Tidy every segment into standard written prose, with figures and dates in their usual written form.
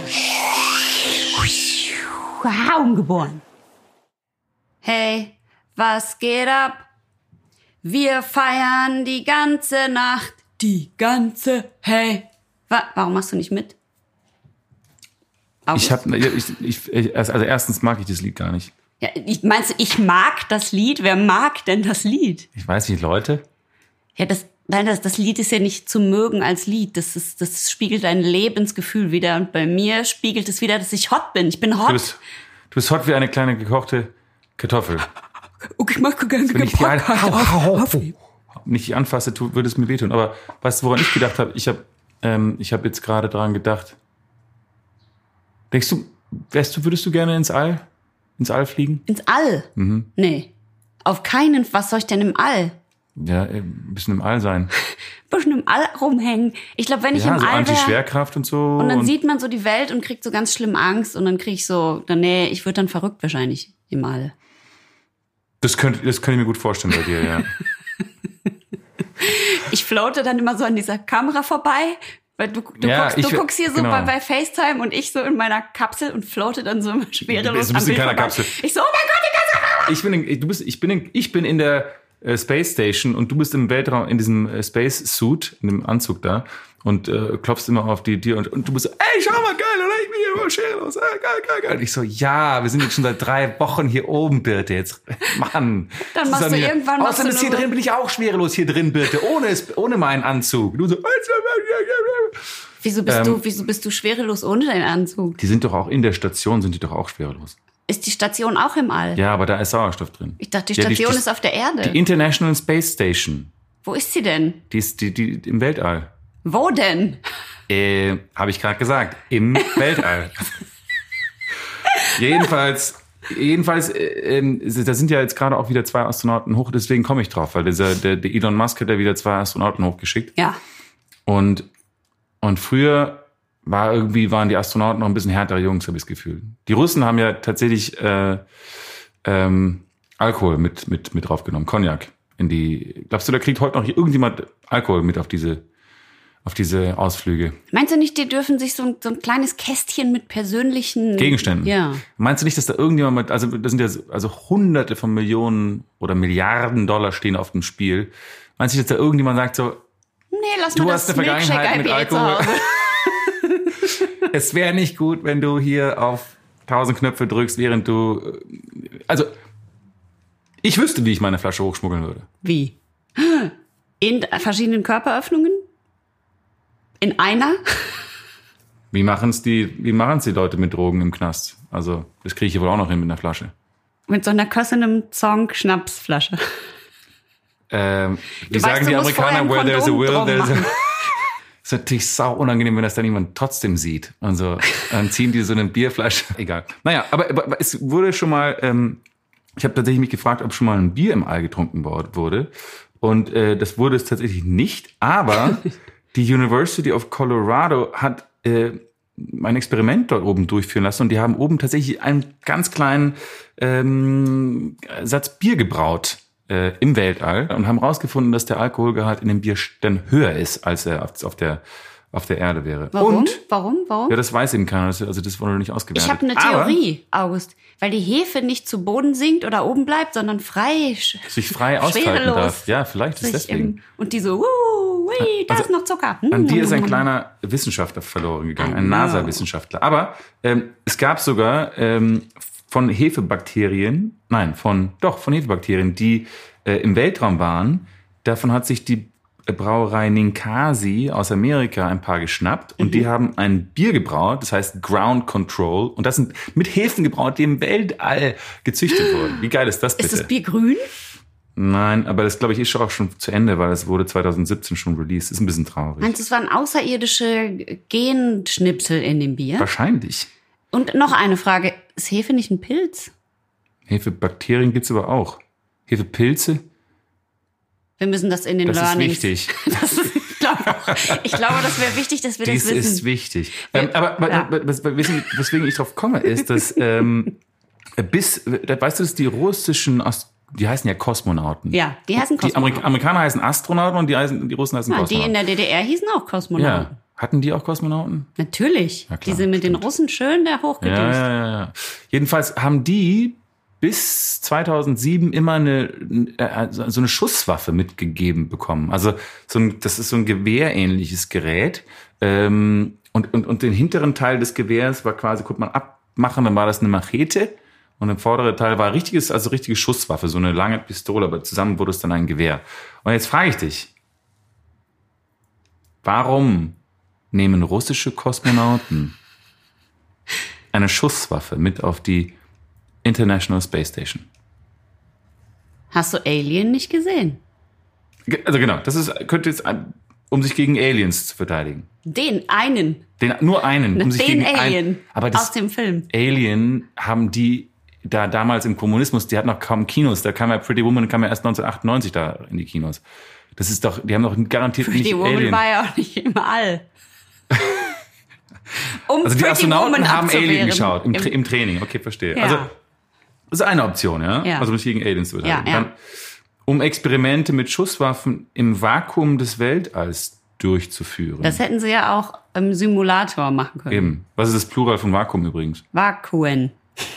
Geboren. Hey, was geht ab? Wir feiern die ganze Nacht. Hey. Warum machst du nicht mit? August? Also erstens mag ich das Lied gar nicht. Ja, meinst du, ich mag das Lied? Wer mag denn das Lied? Ich weiß nicht, Leute. Ja, das Lied ist ja nicht zu mögen als Lied. Das spiegelt ein Lebensgefühl wider. Und bei mir spiegelt es wieder, dass ich hot bin. Ich bin hot. Du bist hot wie eine kleine gekochte Kartoffel. Okay, ich mag gerne Wenn ich die nicht anfasse, würde es mir wehtun. Aber weißt du, woran ich gedacht habe? Ich habe jetzt gerade daran gedacht. Denkst du, würdest du gerne ins All fliegen? Ins All? Mhm. Nee. Auf keinen. Was soll ich denn im All? Ja, ein bisschen im All sein. Ein bisschen im All rumhängen. Ich glaube, wenn ich im so All wäre... Anti-Schwerkraft und so. Und dann sieht man so die Welt und kriegt so ganz schlimm Angst. Und dann kriege ich so... ich würde dann verrückt wahrscheinlich im All. Das könnte ich mir gut vorstellen bei dir, ja. Ich floate dann immer so an dieser Kamera vorbei, weil du guckst hier so genau. bei FaceTime und ich so in meiner Kapsel und floate dann so immer schwerelos. Du bist in keiner Kapsel. Ich so, oh mein Gott, die ganze Kamera! Ich bin in der Space Station und du bist im Weltraum in diesem Space Suit, in dem Anzug da und klopfst immer auf die Tür und du bist so, ey, schau mal, geil, oder? Ich bin hier immer schwerelos, geil. Und ich so, ja, wir sind jetzt schon seit 3 Wochen hier oben, Birte, jetzt, Mann. Dann machst du irgendwann... Außerdem ist hier drin, bin ich auch schwerelos hier drin, Birte, ohne meinen Anzug. Du so... Wieso bist du schwerelos ohne deinen Anzug? Die sind doch auch in der Station, sind die doch auch schwerelos. Ist die Station auch im All? Ja, aber da ist Sauerstoff drin. Ich dachte, die Station ist auf der Erde. Die International Space Station. Wo ist sie denn? Die ist die im Weltall. Wo denn? Habe ich gerade gesagt. Im Weltall. Jedenfalls, da sind ja jetzt gerade auch wieder 2 Astronauten hoch, deswegen komme ich drauf, weil der Elon Musk hat ja wieder 2 Astronauten hochgeschickt. Ja. Und früher waren die Astronauten noch ein bisschen härtere Jungs, habe ich das Gefühl. Die Russen haben ja tatsächlich Alkohol mit draufgenommen, Cognac. Glaubst du, da kriegt heute noch irgendjemand Alkohol mit auf diese Ausflüge? Meinst du nicht, die dürfen sich so ein kleines Kästchen mit persönlichen Gegenständen? Ja. Meinst du nicht, dass da irgendjemand das sind ja Hunderte von Millionen oder Milliarden Dollar stehen auf dem Spiel. Meinst du nicht, dass da irgendjemand sagt so, nee, lass mal das Vergangenheit mit Alkohol. Zu Hause. Es wäre nicht gut, wenn du hier auf 1000 Knöpfe drückst, während du... Also, ich wüsste, wie ich meine Flasche hochschmuggeln würde. Wie? In verschiedenen Körperöffnungen? In einer? Wie machen's die Leute mit Drogen im Knast? Also, das kriege ich hier wohl auch noch hin mit einer Flasche. Mit so einer Kössenem Zong-Schnapsflasche. Wie sagen die Amerikaner, where there's a will, there's a... Das ist natürlich sau unangenehm, wenn das dann jemand trotzdem sieht. Und so, dann ziehen die so eine Bierflasche. Egal. Naja, aber es wurde schon mal, ich habe tatsächlich mich gefragt, ob schon mal ein Bier im All getrunken wurde. Und das wurde es tatsächlich nicht. Aber die University of Colorado hat ein Experiment dort oben durchführen lassen. Und die haben oben tatsächlich einen ganz kleinen Satz Bier gebraut. Im Weltall und haben rausgefunden, dass der Alkoholgehalt in dem Bier dann höher ist, als er auf der Erde wäre. Warum? Und, Warum? Ja, das weiß eben keiner. Also das wurde nicht ausgewertet. Ich habe eine Theorie, August. Weil die Hefe nicht zu Boden sinkt oder oben bleibt, sondern sich frei ausfalten darf. Ja, vielleicht ist deswegen. Und die so, da ist noch Zucker. An die ist ein kleiner Wissenschaftler verloren gegangen, ein NASA-Wissenschaftler. Aber es gab sogar von Hefebakterien, die im Weltraum waren. Davon hat sich die Brauerei Ninkasi aus Amerika ein paar geschnappt und die haben ein Bier gebraut, das heißt Ground Control, und das sind mit Hefen gebraut, die im Weltall gezüchtet wurden. Wie geil ist das bitte? Ist das Bier grün? Nein, aber das, glaube ich, ist auch schon zu Ende, weil es wurde 2017 schon released. Ist ein bisschen traurig. Meinst du, es waren außerirdische Genschnipsel in dem Bier? Wahrscheinlich. Und noch eine Frage. Ist Hefe nicht ein Pilz? Hefebakterien gibt's aber auch. Hefepilze? Wir müssen das in den Learnings... Das ist wichtig. Ich glaube, das wäre wichtig, dass wir das wissen. Das ist wichtig. Aber weswegen ich drauf komme, ist, dass weißt du, dass die russischen... Die heißen ja Kosmonauten. Ja, die heißen Kosmonauten. Die Amerikaner heißen Astronauten und die Russen heißen Kosmonauten. Die in der DDR hießen auch Kosmonauten. Ja, Hatten die auch Kosmonauten? Natürlich. Ja, klar, die sind mit den Russen schön da hochgedüst. Ja. Jedenfalls haben die bis 2007 immer so eine Schusswaffe mitgegeben bekommen. Also das ist so ein gewehrähnliches Gerät. Und den hinteren Teil des Gewehrs war quasi, konnte man abmachen, dann war das eine Machete. Und der vordere Teil war richtige Schusswaffe, so eine lange Pistole, aber zusammen wurde es dann ein Gewehr. Und jetzt frage ich dich, warum nehmen russische Kosmonauten eine Schusswaffe mit auf die International Space Station? Hast du Alien nicht gesehen? Also genau, könnte jetzt, um sich gegen Aliens zu verteidigen. Nur einen. Um sich den gegen Alien aber aus dem Film. Alien haben die da damals im Kommunismus, die hatten noch kaum Kinos, da kam ja Pretty Woman, kam ja erst 1998 da in die Kinos. Das ist doch, die haben doch garantiert Pretty nicht Woman Alien. war ja auch nicht im All. Also die Astronauten haben Alien geschaut, im Training. Okay, verstehe. Ja. Also, das ist eine Option, ja? Also nicht gegen Aliens zu verteidigen. Dann, um Experimente mit Schusswaffen im Vakuum des Weltalls durchzuführen. Das hätten sie ja auch im Simulator machen können. Eben. Was ist das Plural von Vakuum übrigens? Vakuen.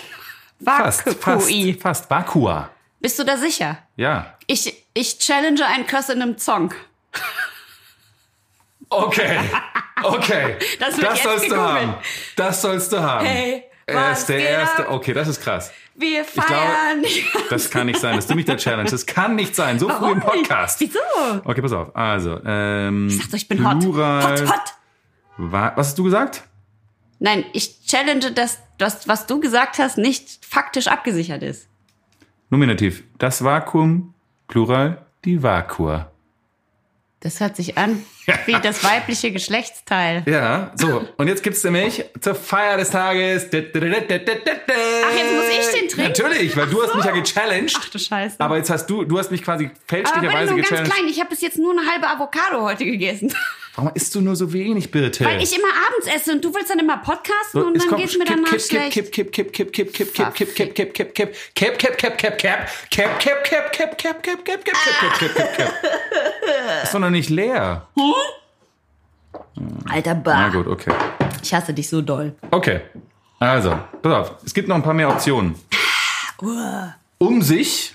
Fast. Vakua. Bist du da sicher? Ja. Ich challenge einen Köss in einem Zong. Okay. Das sollst du haben. Das sollst du haben. Hey, er ist der Erste. Okay, das ist krass. Wir feiern. Das kann nicht sein, dass du mich da challenge. Das kann nicht sein. So früh im Podcast. Wieso? Okay, pass auf. Also, ich sag doch, ich bin Plural, hot. Was hast du gesagt? Nein, ich challenge, dass das, was du gesagt hast, nicht faktisch abgesichert ist. Nominativ. Das Vakuum, Plural, die Vakua. Das hört sich an wie das weibliche Geschlechtsteil. Ja, so. Und jetzt gibt's nämlich zur Feier des Tages. Ach, jetzt muss ich den trinken? Natürlich, weil du hast mich ja gechallenged. Ach du Scheiße. Aber jetzt hast du hast mich quasi fälschlicherweise aber nur gechallenged. ganz klein. Ich habe bis jetzt nur eine halbe Avocado heute gegessen. Warum isst du nur so wenig, Birte? Weil ich immer abends esse und du willst dann immer podcasten und dann geht's mir danach schlecht. Ist doch noch nicht leer. Alter Bah. Na gut, okay. Ich hasse dich so doll. Okay, also, pass auf. Es gibt noch ein paar mehr Optionen. Um sich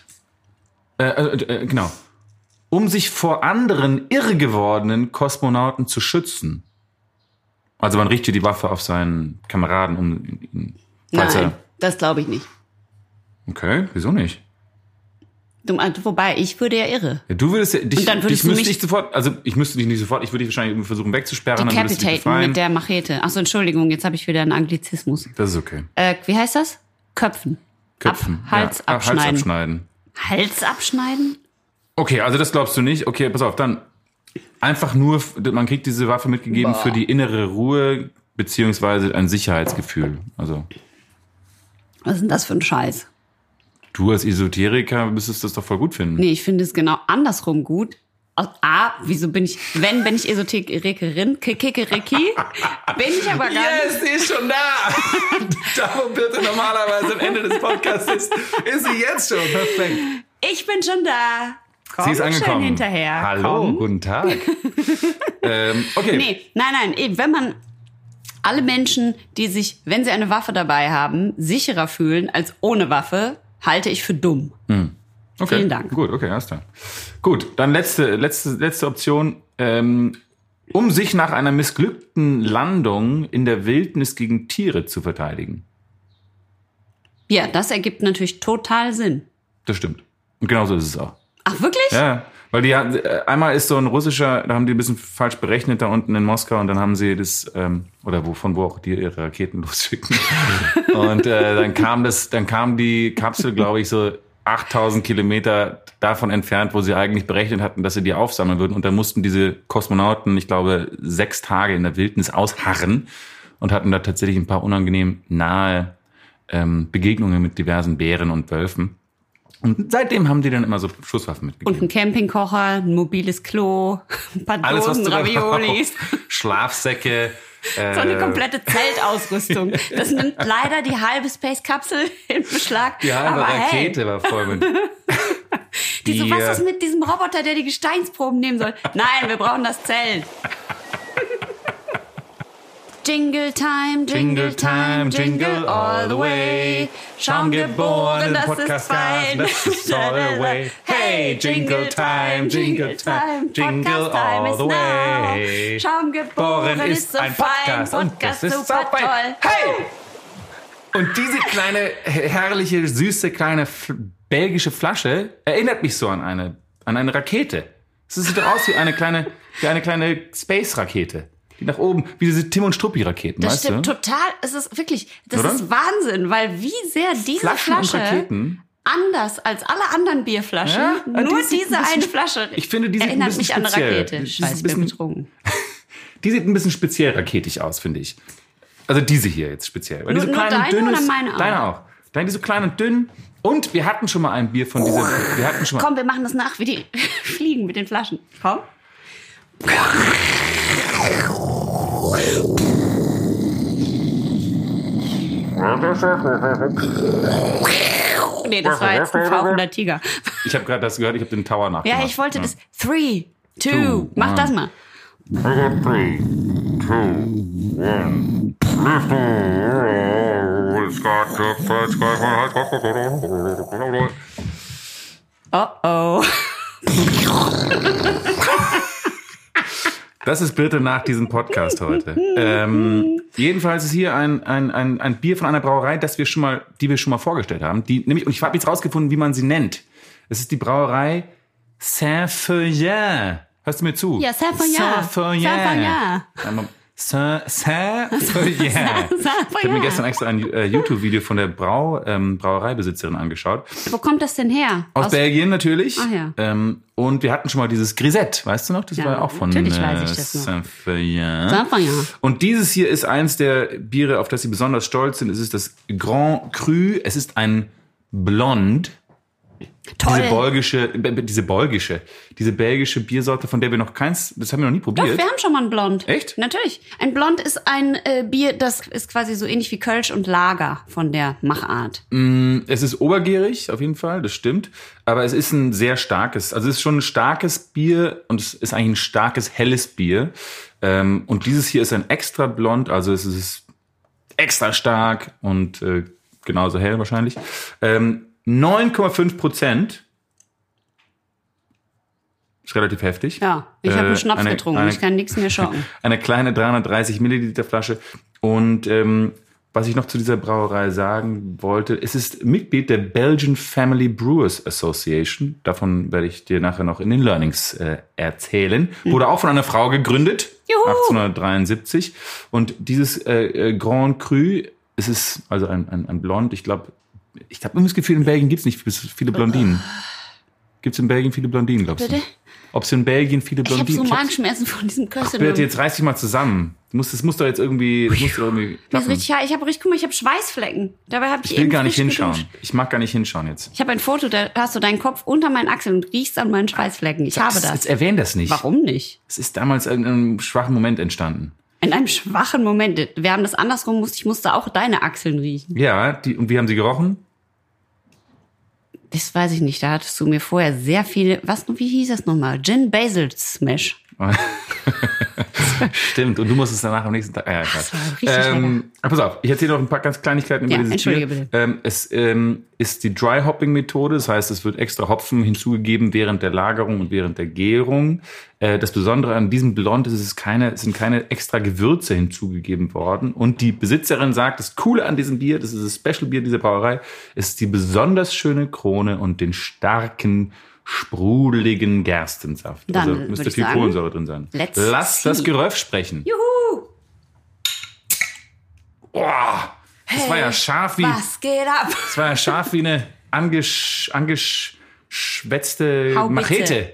vor anderen irre gewordenen Kosmonauten zu schützen. Also man richtet die Waffe auf seinen Kameraden, um ihn... Nein, das glaube ich nicht. Okay, wieso nicht? Wobei, ich würde ja irre. Ja, du würdest ja... Und dann würdest du mich... ich müsste dich nicht sofort, ich würde dich wahrscheinlich versuchen wegzusperren. Decapitaten mit der Machete. Achso, Entschuldigung, jetzt habe ich wieder einen Anglizismus. Das ist okay. Wie heißt das? Köpfen. Hals abschneiden. Hals abschneiden. Hals abschneiden? Okay, also das glaubst du nicht. Okay, pass auf, dann einfach nur, man kriegt diese Waffe mitgegeben für die innere Ruhe beziehungsweise ein Sicherheitsgefühl. Also. Was ist denn das für ein Scheiß? Du als Esoteriker müsstest das doch voll gut finden. Nee, ich finde es genau andersrum gut. Wieso bin ich Esoterikerin, Kikeriki, bin ich aber gar nicht. Yes, sie ist schon da. Da, wo Birte normalerweise am Ende des Podcasts ist sie jetzt schon. Perfekt. Ich bin schon da. Komm, sie ist angekommen. Schön hinterher. Hallo, komm. Guten Tag. Okay. Nee, nein, eben, wenn man alle Menschen, die sich, wenn sie eine Waffe dabei haben, sicherer fühlen als ohne Waffe, halte ich für dumm. Okay. Vielen Dank. Gut, okay, alles klar. Gut, dann letzte Option. Um sich nach einer missglückten Landung in der Wildnis gegen Tiere zu verteidigen. Ja, das ergibt natürlich total Sinn. Das stimmt. Und genauso ist es auch. Ach, wirklich? Ja, weil die einmal ist so ein russischer, da haben die ein bisschen falsch berechnet da unten in Moskau und dann haben sie das, oder wo auch die ihre Raketen losschicken. Und dann kam die Kapsel, glaube ich, so 8000 Kilometer davon entfernt, wo sie eigentlich berechnet hatten, dass sie die aufsammeln würden. Und dann mussten diese Kosmonauten, ich glaube, 6 Tage in der Wildnis ausharren und hatten da tatsächlich ein paar unangenehm nahe Begegnungen mit diversen Bären und Wölfen. Und seitdem haben die dann immer so Schusswaffen mitgegeben. Und ein Campingkocher, ein mobiles Klo, ein paar Dosen Raviolis. Schlafsäcke. So eine komplette Zeltausrüstung. Das nimmt leider die halbe Space-Kapsel in Beschlag. Die halbe aber Rakete hey. war voll mit... was ist mit diesem Roboter, der die Gesteinsproben nehmen soll? Nein, wir brauchen das Zelt. Jingle time, jingle time, jingle all the way. Schaum geboren, das ist fein. Das ist all the way. Hey, jingle time, jingle time, jingle all the way. Schaum geboren ist so ein fein. Podcast und das ist super so fein. toll. Hey! Und diese kleine, herrliche, süße, kleine belgische Flasche erinnert mich so an eine Rakete. Es sieht doch aus wie eine kleine Space-Rakete. Die nach oben, wie diese Tim- und Struppi-Raketen, Das weißt stimmt du? total. Es ist wirklich, das Oder? ist Wahnsinn, weil wie sehr diese Flaschen und Flasche Raketen. anders als alle anderen Bierflaschen, Ja, nur die sieht diese ein bisschen- eine Flasche ich finde, die sieht ein erinnert bisschen mich an eine speziell. Rakete. Die ist Scheiße, ein ich bin bisschen- betrogen. Die sieht ein bisschen speziell raketig aus, finde ich. Also diese hier jetzt speziell. Weil Nur- diese nur kleinen, deine dünnes, oder meine auch? Deine auch. Deine so klein und dünn. Und wir hatten schon mal ein Bier von dieser. Wir hatten schon mal. Komm, wir machen das nach, wie die fliegen mit den Flaschen. Komm. Nee, das war jetzt ein fauchender Tiger. Ich habe gerade das gehört, ich habe den Tower nachgemacht. Ja, ich wollte das. 3, 2, mach one. das mal. 3, 2, 1. Oh oh. Das ist bitte nach diesem Podcast heute. Jedenfalls ist hier ein Bier von einer Brauerei, die wir schon mal vorgestellt haben. Und ich habe jetzt rausgefunden, wie man sie nennt. Es ist die Brauerei Saint-Feuillin. Hörst du mir zu? Ja, Saint-Feuillin. Saint-Feuillin. Saint-Feuillin. Ich habe mir gestern extra ein YouTube-Video von der Brauereibesitzerin angeschaut. Wo kommt das denn her? Aus Belgien natürlich. Ach ja. Und wir hatten schon mal dieses Grisette, weißt du noch? Das Ja, war ja auch von natürlich weiß ich das noch. Saint-Feuillin. Saint-Feuillin. Und dieses hier ist eins der Biere, auf das sie besonders stolz sind. Es ist das Grand Cru. Es ist ein Blond. Toll. Diese belgische Biersorte, von der wir noch keins, das haben wir noch nie Doch, probiert. wir haben schon mal ein Blond. Echt? Natürlich. Ein Blond ist ein Bier, das ist quasi so ähnlich wie Kölsch und Lager von der Machart. Es ist obergärig, auf jeden Fall, das stimmt. Aber es ist ein sehr starkes, also es ist schon ein starkes Bier und es ist eigentlich ein starkes, helles Bier. Und dieses hier ist ein extra Blond, also es ist extra stark und genauso hell wahrscheinlich. 9,5%. Ist relativ heftig. Ja, ich habe einen Schnaps getrunken, ich kann nichts mehr schocken. Eine kleine 330 Milliliter Flasche. Und was ich noch zu dieser Brauerei sagen wollte, es ist Mitglied der Belgian Family Brewers Association. Davon werde ich dir nachher noch in den Learnings erzählen. Wurde auch von einer Frau gegründet, Juhu. 1873. Und dieses Grand Cru, es ist also ein Blond, ich habe immer das Gefühl, in Belgien gibt es nicht viele Blondinen. Gibt es in Belgien viele Blondinen, glaubst du? Bitte? Ob es in Belgien viele Ich habe Blondinen so Magenschmerzen von diesem Ach, Kösseln. Birte, jetzt reiß dich mal zusammen. Das muss doch jetzt irgendwie Mir ist klappen. richtig, ja, guck mal, ich habe Schweißflecken. Dabei habe ich Ich will eben gar nicht frisch hinschauen. geduscht. Ich mag gar nicht hinschauen jetzt. Ich habe ein Foto, da hast du deinen Kopf unter meinen Achseln und riechst an meinen Schweißflecken. Ich habe das. Jetzt erwähn das nicht. Warum nicht? Es ist damals in einem schwachen Moment entstanden. In einem schwachen Moment. Wir haben das andersrum, ich musste auch deine Achseln riechen. Ja, und wie haben sie gerochen? Das weiß ich nicht. Da hattest du mir vorher sehr viele, wie hieß das nochmal? Gin Basil Smash. Stimmt, und du musst es danach am nächsten Tag. Ja, das war richtig lecker. Pass auf, ich erzähle noch ein paar ganz Kleinigkeiten über Ja, dieses entschuldige Bier. bitte. Es ist die Dry Hopping Methode, das heißt, es wird extra Hopfen hinzugegeben während der Lagerung und während der Gärung. Das Besondere an diesem Blond ist, es sind keine extra Gewürze hinzugegeben worden. Und die Besitzerin sagt, das Coole an diesem Bier, das ist das Special Bier dieser Brauerei, ist die besonders schöne Krone und den starken, sprudeligen Gerstensaft. Dann also müsste würde ich viel sagen, Kohlensäure drin sein. Lass see. das Geröff sprechen. Juhu! Boah, das war ja scharf wie, Was geht ab? das war ja scharf wie eine angeschwätzte Haubitze. Machete.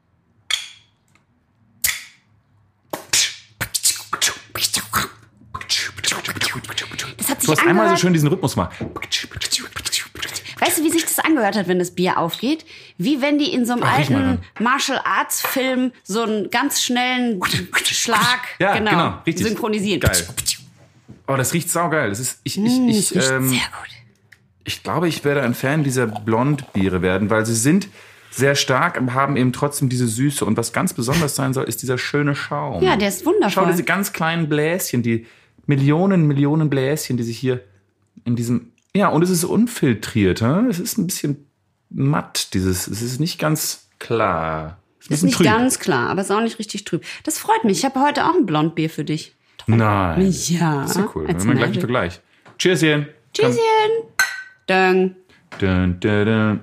Das hat sich Du hast einmal so angehört. schön diesen Rhythmus mal. Weißt du, wie sich das angehört hat, wenn das Bier aufgeht? Wie wenn die in so einem riech mal alten Martial Arts Film so einen ganz schnellen Schlag Ja, genau, richtig. synchronisieren. Geil. Oh, das riecht saugeil. Das ist, Das riecht sehr gut. ich glaube, ich werde ein Fan dieser Blondbiere werden, weil sie sind sehr stark, aber haben eben trotzdem diese Süße. Und was ganz besonders sein soll, ist dieser schöne Schaum. Ja, der ist wundervoll. Schau, diese ganz kleinen Bläschen, die Millionen Bläschen, die sich hier in diesem... Ja, und es ist unfiltriert. Es ist ein bisschen matt, es ist nicht ganz klar. Es ist nicht ganz klar, aber es ist auch nicht richtig trüb. Das freut mich. Ich habe heute auch ein Blondbier für dich. Toll. Nein. Ja. Das ist ja cool. Wir haben gleich einen Vergleich. Cheerschen. Cheerschen. Dön. Dun, dun,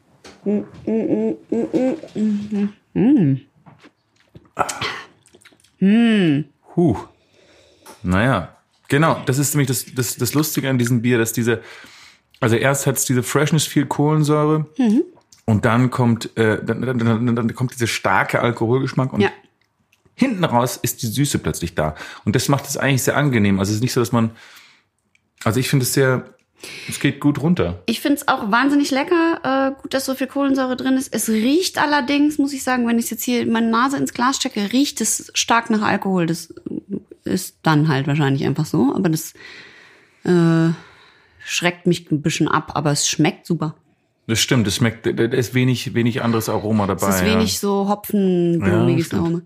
dun. Naja, genau. Das ist nämlich das Lustige an diesem Bier, dass also erst hat es diese Freshness, viel Kohlensäure und dann kommt, dann kommt dieser starke Alkoholgeschmack und hinten raus ist die Süße plötzlich da. Und das macht es eigentlich sehr angenehm. Also es ist nicht so, dass ich finde es geht gut runter. Ich finde es auch wahnsinnig lecker. Gut, dass so viel Kohlensäure drin ist. Es riecht allerdings, muss ich sagen, wenn ich jetzt hier meine Nase ins Glas stecke, riecht es stark nach Alkohol. Das ist dann halt wahrscheinlich einfach so. Aber das schreckt mich ein bisschen ab. Aber es schmeckt super. Das stimmt, da ist wenig anderes Aroma dabei. Es ist wenig so hopfenblumiges Aroma.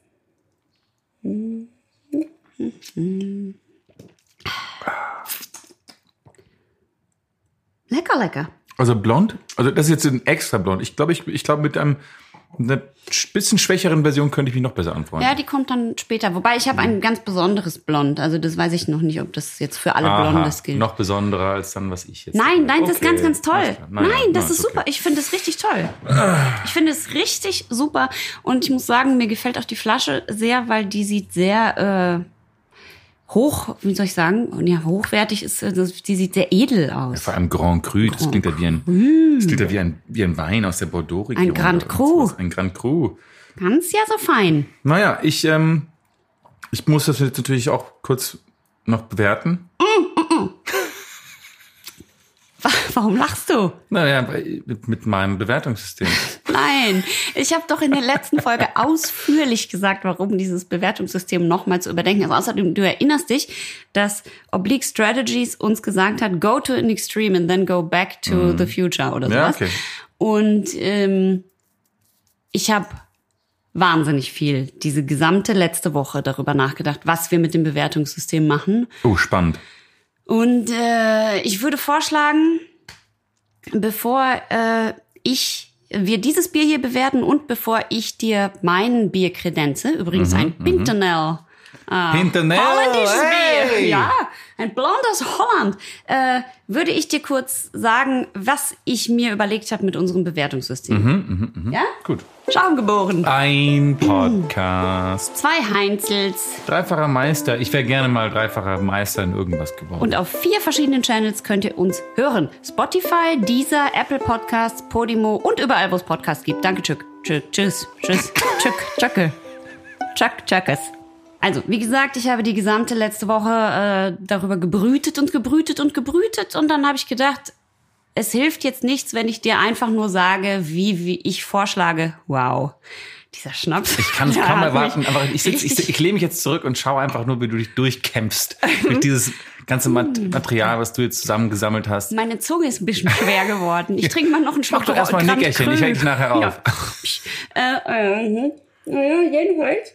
Lecker. Also blond? Also das ist jetzt ein extra blond. Ich glaube, mit einer bisschen schwächeren Version könnte ich mich noch besser anfreunden. Ja, die kommt dann später. Wobei ich habe ein ganz besonderes Blond. Also das weiß ich noch nicht, ob das jetzt für alle Blondes gilt. Noch besonderer als dann, was ich jetzt Nein, das ist ganz, ganz toll. Nein, das ist super. Ich finde es richtig toll. Ich finde es richtig super. Und ich muss sagen, mir gefällt auch die Flasche sehr, weil die sieht sehr hochwertig ist, die sieht sehr edel aus. Ja, vor allem Grand Cru, das klingt ja wie ein Wein aus der Bordeaux-Region. Ein Grand Cru. Ein Grand Cru. Ganz ja so fein. Naja, ich muss das jetzt natürlich auch kurz noch bewerten. Warum lachst du? Naja, mit meinem Bewertungssystem. Nein, ich habe doch in der letzten Folge ausführlich gesagt, warum dieses Bewertungssystem nochmal zu überdenken ist. Außerdem, du erinnerst dich, dass Oblique Strategies uns gesagt hat, go to an extreme and then go back to the future oder sowas. Ja, okay. Und ich habe wahnsinnig viel diese gesamte letzte Woche darüber nachgedacht, was wir mit dem Bewertungssystem machen. Oh, spannend. Und ich würde vorschlagen, bevor wir dieses Bier hier bewerten und bevor ich dir mein Bier kredenze, übrigens ein Pimpernel, holländisches Bier, ja, ein blondes Holland, würde ich dir kurz sagen, was ich mir überlegt habe mit unserem Bewertungssystem. Ja? Gut. Schaumgeboren. Ein Podcast. 2 Heinzels. Dreifacher Meister. Ich wäre gerne mal dreifacher Meister in irgendwas geworden. Und auf 4 verschiedenen Channels könnt ihr uns hören. Spotify, Deezer, Apple Podcasts, Podimo und überall, wo es Podcasts gibt. Danke, Chuck. Tschüss. Chuckes. Also, wie gesagt, ich habe die gesamte letzte Woche darüber gebrütet und dann habe ich gedacht, es hilft jetzt nichts, wenn ich dir einfach nur sage, wie ich vorschlage. Wow, dieser Schnaps. Ich kann es kaum erwarten, aber ich lehne mich jetzt zurück und schaue einfach nur, wie du dich durchkämpfst durch dieses ganze Material, was du jetzt zusammengesammelt hast. Meine Zunge ist ein bisschen schwer geworden. Ich trinke mal noch einen Schluck. Mach doch erstmal ein Nickerchen, ich halte dich nachher auf. Jedenfalls.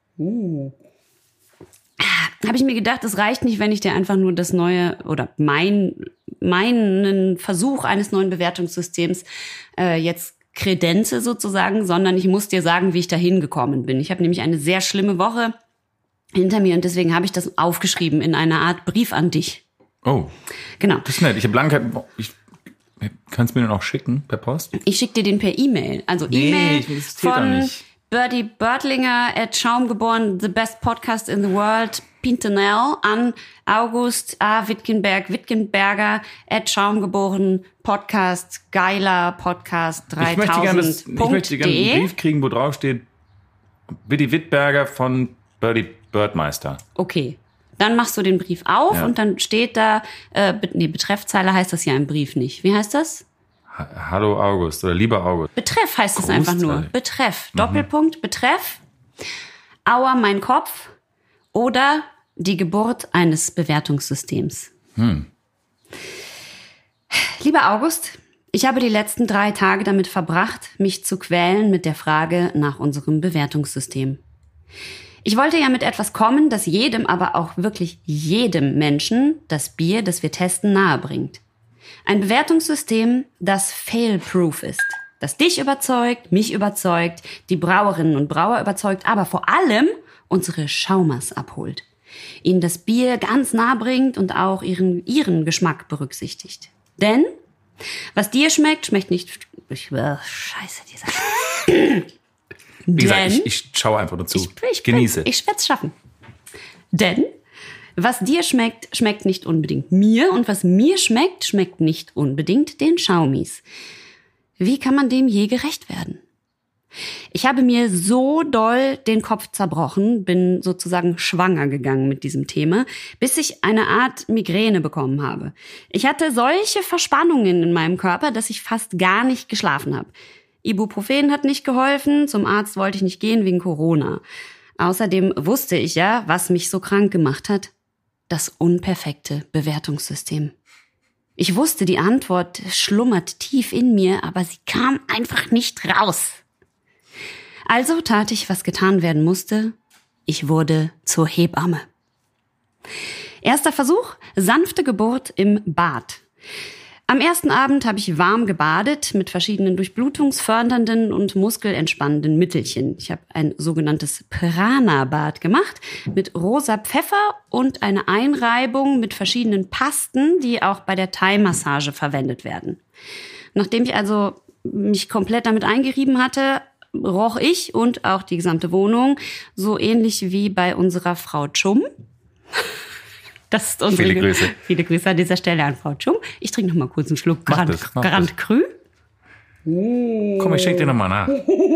Habe ich mir gedacht, es reicht nicht, wenn ich dir einfach nur das neue oder meinen Versuch eines neuen Bewertungssystems jetzt kredenze sozusagen, sondern ich muss dir sagen, wie ich dahin gekommen bin. Ich habe nämlich eine sehr schlimme Woche hinter mir und deswegen habe ich das aufgeschrieben in einer Art Brief an dich. Oh, genau. Das ist nett. Ich habe lange kannst du mir den auch schicken per Post? Ich schicke dir den per E-Mail. Also E-Mail von Birdie Birdlinger @Schaumgeboren, the best podcast in the world, Pintenel, an August A. Wittgenberger @Schaumgeboren Podcast, geiler Podcast 3000. Ich möchte gerne einen Brief kriegen, wo drauf steht, Bitti Wittberger von Birdie Birdmeister. Okay. Dann machst du den Brief auf und dann steht da, Betreffzeile heißt das ja im Brief nicht. Wie heißt das? Hallo August oder lieber August. Betreff heißt es einfach nur. Betreff. Doppelpunkt, Betreff. Aua, mein Kopf. Oder die Geburt eines Bewertungssystems. Lieber August, ich habe die letzten 3 Tage damit verbracht, mich zu quälen mit der Frage nach unserem Bewertungssystem. Ich wollte ja mit etwas kommen, das jedem, aber auch wirklich jedem Menschen das Bier, das wir testen, nahebringt. Ein Bewertungssystem, das fail-proof ist. Das dich überzeugt, mich überzeugt, die Brauerinnen und Brauer überzeugt, aber vor allem unsere Schaumers abholt. Ihnen das Bier ganz nah bringt und auch ihren Geschmack berücksichtigt. Denn was dir schmeckt, schmeckt nicht... Scheiße, dieser... Wie gesagt, ich schaue einfach nur zu. Ich genieße. Ich werde es schaffen. Denn was dir schmeckt, schmeckt nicht unbedingt mir. Und was mir schmeckt, schmeckt nicht unbedingt den Schaumis. Wie kann man dem je gerecht werden? Ich habe mir so doll den Kopf zerbrochen, bin sozusagen schwanger gegangen mit diesem Thema, bis ich eine Art Migräne bekommen habe. Ich hatte solche Verspannungen in meinem Körper, dass ich fast gar nicht geschlafen habe. Ibuprofen hat nicht geholfen, zum Arzt wollte ich nicht gehen wegen Corona. Außerdem wusste ich ja, was mich so krank gemacht hat. Das unperfekte Bewertungssystem. Ich wusste, die Antwort schlummert tief in mir, aber sie kam einfach nicht raus. Also tat ich, was getan werden musste. Ich wurde zur Hebamme. Erster Versuch, sanfte Geburt im Bad. Am ersten Abend habe ich warm gebadet mit verschiedenen durchblutungsfördernden und muskelentspannenden Mittelchen. Ich habe ein sogenanntes Prana-Bad gemacht mit rosa Pfeffer und eine Einreibung mit verschiedenen Pasten, die auch bei der Thai-Massage verwendet werden. Nachdem ich also mich komplett damit eingerieben hatte, roch ich und auch die gesamte Wohnung so ähnlich wie bei unserer Frau Chum. Das ist unsere Viele Grüße. Viele Grüße an dieser Stelle an Frau Chum. Ich trinke noch mal kurz einen Schluck Grand Cru. Komm, ich schenke dir noch mal nach.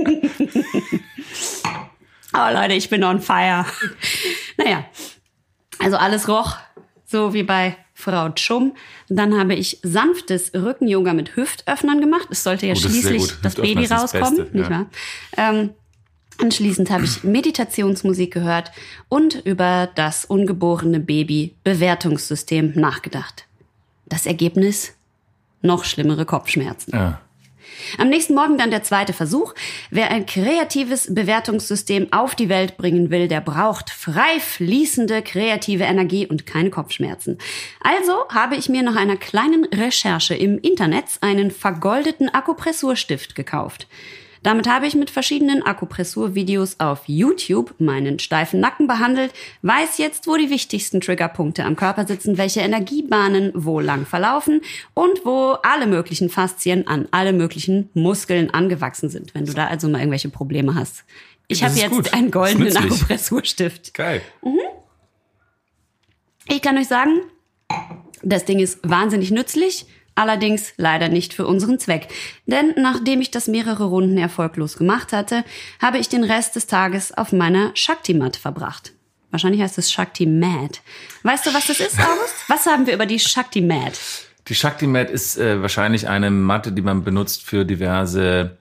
Oh Leute, ich bin on fire. Naja, also alles roch so wie bei Frau Chum. Dann habe ich sanftes Rücken-Yoga mit Hüftöffnern gemacht. Es sollte ja schließlich das Baby rauskommen, Beste, nicht wahr? Anschließend habe ich Meditationsmusik gehört und über das ungeborene Baby-Bewertungssystem nachgedacht. Das Ergebnis? Noch schlimmere Kopfschmerzen. Ja. Am nächsten Morgen dann der zweite Versuch. Wer ein kreatives Bewertungssystem auf die Welt bringen will, der braucht frei fließende kreative Energie und keine Kopfschmerzen. Also habe ich mir nach einer kleinen Recherche im Internet einen vergoldeten Akupressurstift gekauft. Damit habe ich mit verschiedenen Akupressurvideos auf YouTube meinen steifen Nacken behandelt, weiß jetzt, wo die wichtigsten Triggerpunkte am Körper sitzen, welche Energiebahnen wo lang verlaufen und wo alle möglichen Faszien an alle möglichen Muskeln angewachsen sind, wenn du da also mal irgendwelche Probleme hast. Ich habe jetzt einen goldenen Akupressurstift. Geil. Ich kann euch sagen, das Ding ist wahnsinnig nützlich. Allerdings leider nicht für unseren Zweck. Denn nachdem ich das mehrere Runden erfolglos gemacht hatte, habe ich den Rest des Tages auf meiner Shakti-Mat verbracht. Wahrscheinlich heißt es Shakti-Mat. Weißt du, was das ist, August? Was haben wir über die Shakti-Mat? Die Shakti-Mat ist wahrscheinlich eine Matte, die man benutzt für diverse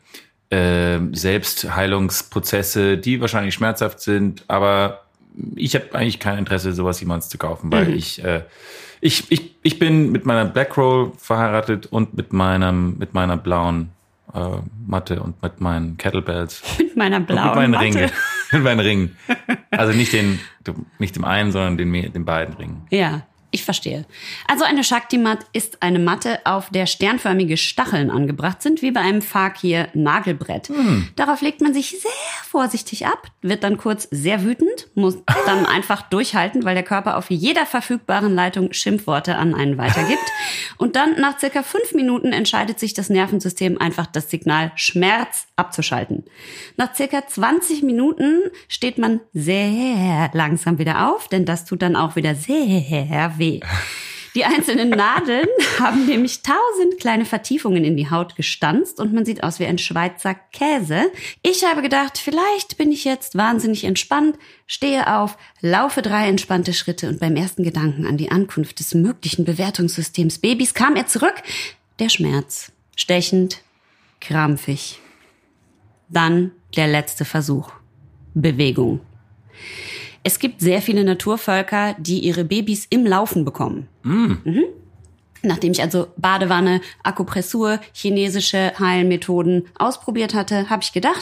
Selbstheilungsprozesse, die wahrscheinlich schmerzhaft sind. Aber ich habe eigentlich kein Interesse, sowas jemals zu kaufen, weil ich bin mit meiner Black Roll verheiratet und mit meiner blauen Matte und mit meinen Kettlebells. Mit meiner blauen Matte? Mit meinen Ringen. Also nicht dem einen, sondern den beiden Ringen. Ja, ich verstehe. Also eine Shakti-Mat ist eine Matte, auf der sternförmige Stacheln angebracht sind, wie bei einem Fakir-Nagelbrett. Darauf legt man sich sehr vorsichtig ab, wird dann kurz sehr wütend, muss dann einfach durchhalten, weil der Körper auf jeder verfügbaren Leitung Schimpfworte an einen weitergibt. Und dann nach circa 5 Minuten entscheidet sich das Nervensystem einfach, das Signal Schmerz abzuschalten. Nach circa 20 Minuten steht man sehr langsam wieder auf, denn das tut dann auch wieder sehr weh. Die einzelnen Nadeln haben nämlich 1000 kleine Vertiefungen in die Haut gestanzt und man sieht aus wie ein Schweizer Käse. Ich habe gedacht, vielleicht bin ich jetzt wahnsinnig entspannt, stehe auf, laufe 3 entspannte Schritte und beim ersten Gedanken an die Ankunft des möglichen Bewertungssystems Babys kam er zurück. Der Schmerz. Stechend, krampfig. Dann der letzte Versuch. Bewegung. Es gibt sehr viele Naturvölker, die ihre Babys im Laufen bekommen. Nachdem ich also Badewanne, Akupressur, chinesische Heilmethoden ausprobiert hatte, habe ich gedacht,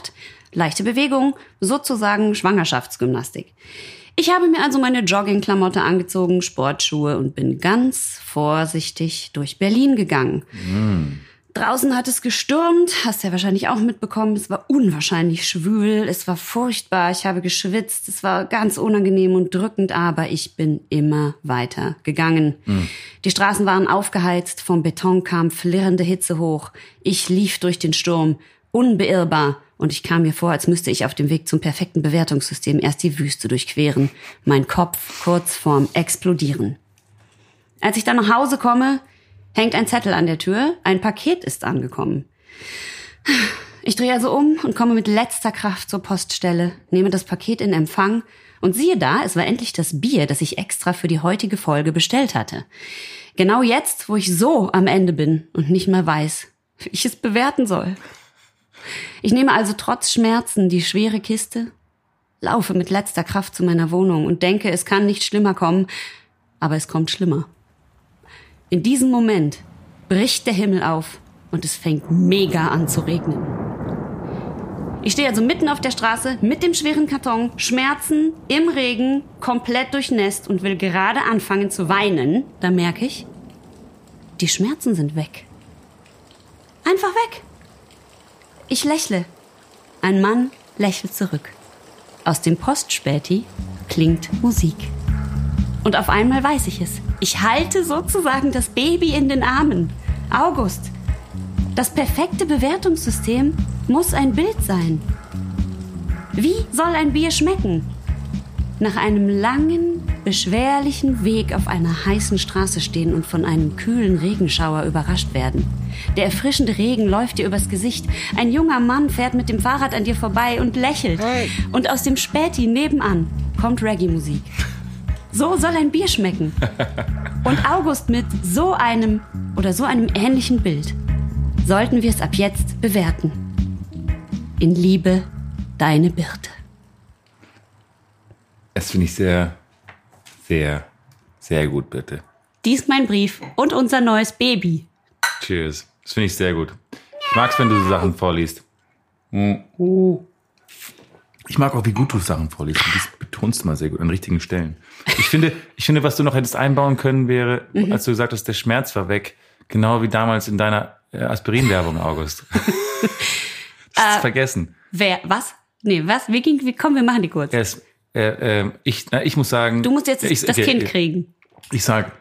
Leichte Bewegung, sozusagen Schwangerschaftsgymnastik. Ich habe mir also meine Joggingklamotte angezogen, Sportschuhe und bin ganz vorsichtig durch Berlin gegangen. Draußen hat es gestürmt, hast ja wahrscheinlich auch mitbekommen. Es war unwahrscheinlich schwül, es war furchtbar, ich habe geschwitzt, es war ganz unangenehm und drückend, aber ich bin immer weiter gegangen. Die Straßen waren aufgeheizt, vom Beton kam flirrende Hitze hoch. Ich lief durch den Sturm, unbeirrbar. Und ich kam mir vor, als müsste ich auf dem Weg zum perfekten Bewertungssystem erst die Wüste durchqueren. Mein Kopf kurz vorm Explodieren. Als ich dann nach Hause komme, hängt ein Zettel an der Tür. Ein Paket ist angekommen. Ich drehe also um und komme mit letzter Kraft zur Poststelle, nehme das Paket in Empfang und siehe da, es war endlich das Bier, das ich extra für die heutige Folge bestellt hatte. Genau jetzt, wo ich so am Ende bin und nicht mehr weiß, wie ich es bewerten soll. Ich nehme also trotz Schmerzen die schwere Kiste, laufe mit letzter Kraft zu meiner Wohnung und denke, es kann nicht schlimmer kommen, aber es kommt schlimmer. In diesem Moment bricht der Himmel auf und es fängt mega an zu regnen. Ich stehe also mitten auf der Straße mit dem schweren Karton, Schmerzen, im Regen, komplett durchnässt und will gerade anfangen zu weinen. Da merke ich, die Schmerzen sind weg. Einfach weg. Ich lächle. Ein Mann lächelt zurück. Aus dem Postspäti klingt Musik. Und auf einmal weiß ich es. Ich halte sozusagen das Baby in den Armen. August. Das perfekte Bewertungssystem muss ein Bild sein. Wie soll ein Bier schmecken? Nach einem langen, beschwerlichen Weg auf einer heißen Straße stehen und von einem kühlen Regenschauer überrascht werden. Der erfrischende Regen läuft dir übers Gesicht. Ein junger Mann fährt mit dem Fahrrad an dir vorbei und lächelt. Hey. Und aus dem Späti nebenan kommt Reggae-Musik. So soll ein Bier schmecken. Und August mit so einem ähnlichen Bild sollten wir es ab jetzt bewerten. In Liebe, deine Birte. Das finde ich sehr, sehr, sehr gut, bitte. Dies mein Brief und unser neues Baby. Cheers. Das finde ich sehr gut. Ich mag es, wenn du so Sachen vorliest. Ich mag auch, wie gut du Sachen vorliest. Das betonst du mal sehr gut an richtigen Stellen. Ich finde, was du noch hättest einbauen können, wäre, als du gesagt hast, der Schmerz war weg. Genau wie damals in deiner Aspirin-Werbung, August. Das ist vergessen. Wer? Was? Nee, was? Wir machen die kurz. Ich muss sagen... Du musst jetzt das Kind kriegen. Ich sag,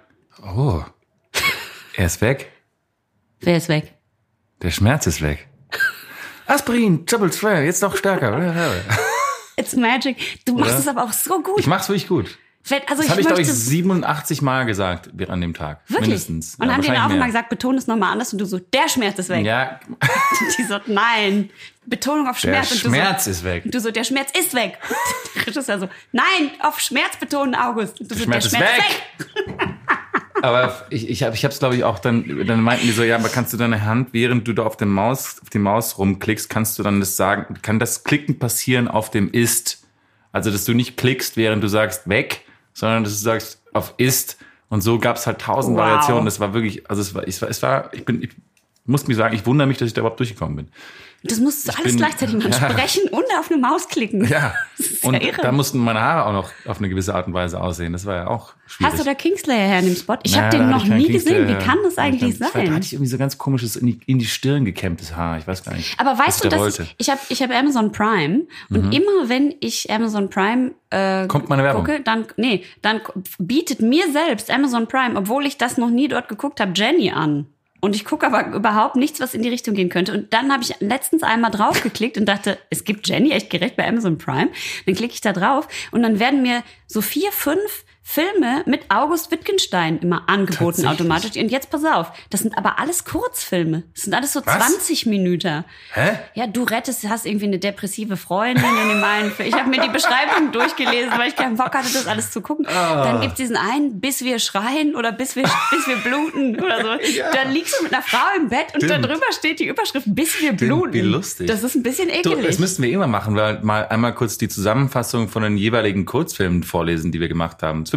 er ist weg. Wer ist weg? Der Schmerz ist weg. Aspirin, Triple Threat, jetzt noch stärker. It's magic. Du machst es aber auch so gut. Ich mach's wirklich gut. Also das habe ich, glaube ich, 87 Mal gesagt an dem Tag. Wirklich? Mindestens. Und haben wir auch immer gesagt, betone es nochmal anders und du so, der Schmerz ist weg. Ja. Die so, nein, Betonung auf Schmerz. Der Schmerz ist weg. Und du so, der Schmerz ist weg. Der Regisseur so, nein, auf Schmerz betonen, August. Und du der so, Schmerz ist weg. Aber ich hab's, glaube ich, auch dann meinten die so, ja, aber kannst du deine Hand, während du da auf die Maus rumklickst, kannst du dann das sagen, kann das Klicken passieren auf dem Ist? Also, dass du nicht klickst, während du sagst, weg, sondern dass du sagst, auf Ist. Und so gab's halt 1000 Variationen. Das war wirklich, also ich muss mir sagen, ich wundere mich, dass ich da überhaupt durchgekommen bin. Das musst du alles gleichzeitig machen, sprechen und auf eine Maus klicken. Ja, und ja irre. Da mussten meine Haare auch noch auf eine gewisse Art und Weise aussehen. Das war ja auch schwierig. Hast du da Kingslayer her in dem Spot? Ich habe den noch nie gesehen. Wie kann das eigentlich sein? Da hatte ich irgendwie so ganz komisches, in die Stirn gekämmtes Haar. Ich weiß gar nicht. Aber weißt du, dass ich hab Amazon Prime und immer wenn ich Amazon Prime kommt meine Werbung. Gucke, dann bietet mir selbst Amazon Prime, obwohl ich das noch nie dort geguckt habe, Jenny an. Und ich gucke aber überhaupt nichts, was in die Richtung gehen könnte. Und dann habe ich letztens einmal draufgeklickt und dachte, es gibt Jenny, echt gerecht bei Amazon Prime. Dann klicke ich da drauf und dann werden mir so 4, 5 Filme mit August Wittgenstein immer angeboten automatisch. Und jetzt pass auf, das sind aber alles Kurzfilme. Das sind alles so 20 Minuten. Hä? Ja, du hast irgendwie eine depressive Freundin in dem einen Film. Ich habe mir die Beschreibung durchgelesen, weil ich keinen Bock hatte, das alles zu gucken. Dann gibt's diesen einen, bis wir schreien oder bis wir bluten oder so. Ja. Dann liegst du mit einer Frau im Bett und da drüber steht die Überschrift, bis wir bluten. Wie lustig. Das ist ein bisschen ekelig. Das müssten wir immer machen, weil mal einmal kurz die Zusammenfassung von den jeweiligen Kurzfilmen vorlesen, die wir gemacht haben. Das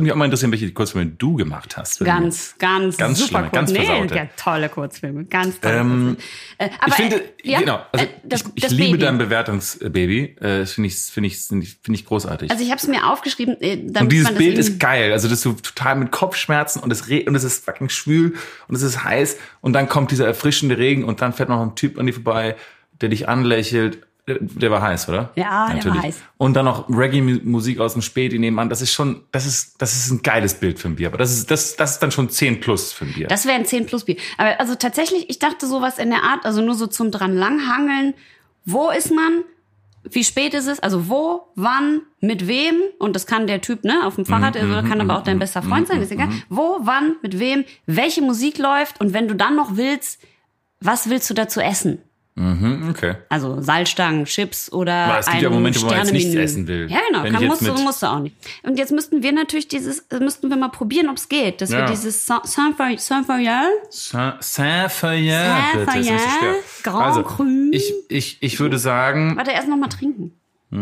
würde mich auch mal interessieren, welche Kurzfilme du gemacht hast. Ganz super schlimme, ganz versaute. Ja, tolle Kurzfilme, ganz tolle Kurzfilme. Aber ich finde, ich liebe dein Bewertungsbaby. Das finde ich großartig. Also ich habe es mir aufgeschrieben. Und dieses Bild ist geil. Also das ist so total mit Kopfschmerzen und es ist fucking schwül und es ist heiß und dann kommt dieser erfrischende Regen und dann fährt noch ein Typ an dir vorbei, der dich anlächelt. Der war heiß, oder? Ja, natürlich. Der war heiß. Und dann noch Reggae-Musik aus dem Späti nebenan. Das ist ein geiles Bild für ein Bier. Aber das ist dann schon 10 plus für ein Bier. Das wäre ein 10 plus Bier. Aber also tatsächlich, ich dachte sowas in der Art, also nur so zum dran langhangeln. Wo ist man? Wie spät ist es? Also wo, wann, mit wem? Und das kann der Typ, ne, auf dem Fahrrad, kann aber auch dein bester Freund sein, ist egal. Wo, wann, mit wem? Welche Musik läuft? Und wenn du dann noch willst, was willst du dazu essen? Okay. Also Salzstangen, Chips oder aber es gibt ja Momente, wo man jetzt nichts essen will. Ja, genau. Musst du auch nicht. Und jetzt müssten wir natürlich müssten wir mal probieren, ob es geht. Dass wir dieses Saint-Feuillard, bitte, ist nicht so schwer. Grand Cru. Ich würde sagen... Warte, erst noch mal trinken.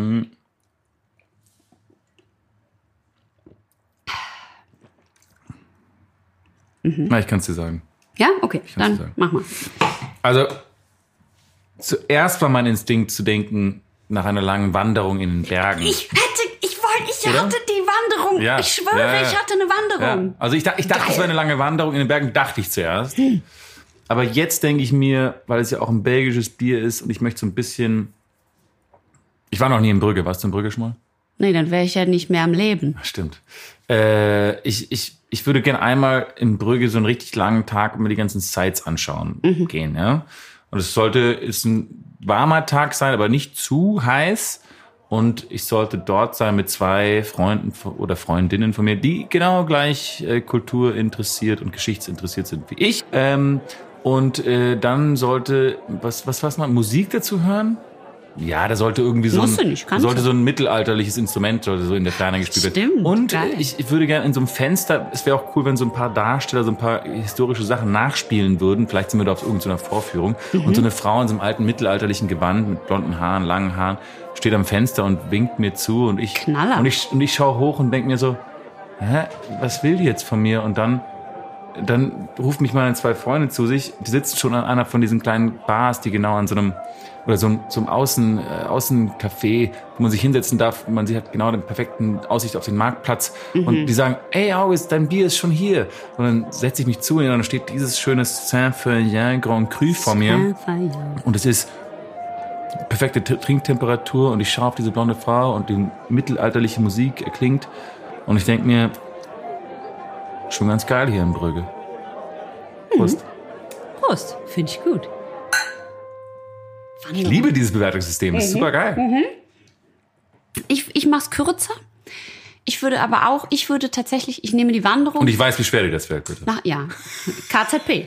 Na, ich kann es dir sagen. Ja? Okay, dann mach mal. Also... Zuerst war mein Instinkt zu denken, nach einer langen Wanderung in den Bergen. Ich hatte die Wanderung. Ja, ich schwöre, ich hatte eine Wanderung. Ja. Also ich dachte, es war eine lange Wanderung in den Bergen, dachte ich zuerst. Aber jetzt denke ich mir, weil es ja auch ein belgisches Bier ist und ich möchte so ein bisschen... Ich war noch nie in Brügge. Warst du in Brügge schon mal? Nee, dann wäre ich ja nicht mehr am Leben. Stimmt. Ich würde gerne einmal in Brügge so einen richtig langen Tag mir die ganzen Sites anschauen gehen, ja. Und es ist ein warmer Tag sein, aber nicht zu heiß. Und ich sollte dort sein mit 2 Freunden oder Freundinnen von mir, die genau gleich Kultur interessiert und geschichtsinteressiert sind wie ich. Und dann sollte, was noch, Musik dazu hören? Ja, da sollte irgendwie so ein mittelalterliches Instrument sollte so in der Ferne gespielt werden. Stimmt. Und ich würde gerne in so einem Fenster, es wäre auch cool, wenn so ein paar Darsteller so ein paar historische Sachen nachspielen würden. Vielleicht sind wir da auf irgendeiner Vorführung. Und so eine Frau in so einem alten mittelalterlichen Gewand mit blonden Haaren, langen Haaren, steht am Fenster und winkt mir zu und ich schaue hoch und denke mir so, was will die jetzt von mir? Und dann ruft mich meine 2 Freunde zu sich, die sitzen schon an einer von diesen kleinen Bars, die genau an so einem Außencafé, wo man sich hinsetzen darf, man hat genau den perfekten Aussicht auf den Marktplatz und die sagen, ey August, dein Bier ist schon hier. Und dann setze ich mich zu und dann steht dieses schöne Saint-Feuillard Grand Cru vor mir und es ist perfekte Trinktemperatur und ich schaue auf diese blonde Frau und die mittelalterliche Musik erklingt und ich denke mir, schon ganz geil hier in Brügge. Prost. Prost, finde ich gut. Ich liebe dieses Bewertungssystem, das ist super geil. Ich mach's kürzer. Ich würde tatsächlich, ich nehme die Wanderung. Und ich weiß, wie schwer dir das fällt, bitte. Ja. KZP.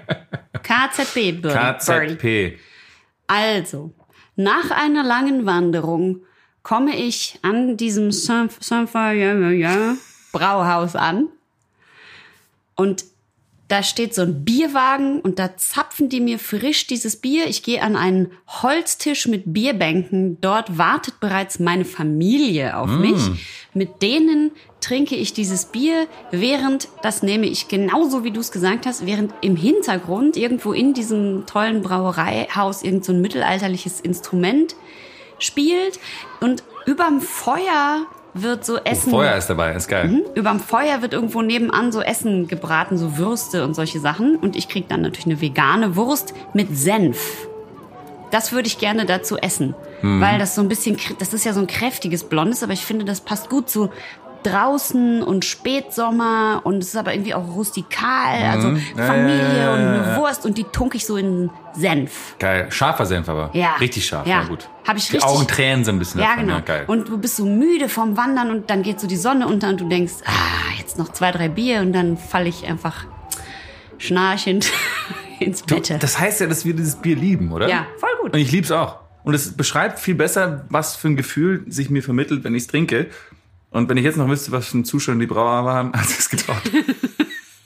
KZP. Also, nach einer langen Wanderung komme ich an diesem Saint-Feuillard Brauhaus an. Und da steht so ein Bierwagen und da zapfen die mir frisch dieses Bier. Ich gehe an einen Holztisch mit Bierbänken. Dort wartet bereits meine Familie auf mich. Mit denen trinke ich dieses Bier, das nehme ich genauso, wie du es gesagt hast, während im Hintergrund irgendwo in diesem tollen Brauereihaus irgend so ein mittelalterliches Instrument spielt. Und überm Feuer wird so Essen... Feuer ist dabei, ist geil. Überm Feuer wird irgendwo nebenan so Essen gebraten, so Würste und solche Sachen. Und ich krieg dann natürlich eine vegane Wurst mit Senf. Das würde ich gerne dazu essen. Weil das so ein bisschen... Das ist ja so ein kräftiges Blondes, aber ich finde, das passt gut zu draußen und Spätsommer. Und es ist aber irgendwie auch rustikal. Also Familie und eine Wurst. Und die tunke ich so in Senf. Geil. Scharfer Senf aber. Ja. Richtig scharf, ja gut. Hab ich die richtig, Augen tränen so ein bisschen. Ja, davon. genau. Ja, geil. Und du bist so müde vom Wandern und dann geht so die Sonne unter und du denkst, jetzt noch 2, 3 Bier und dann falle ich einfach schnarchend ins Bett. Das heißt ja, dass wir dieses Bier lieben, oder? Ja, voll gut. Und ich lieb's auch. Und es beschreibt viel besser, was für ein Gefühl sich mir vermittelt, wenn ich's trinke. Und wenn ich jetzt noch wüsste, was für ein Zustand die Brauer haben, als es getraut.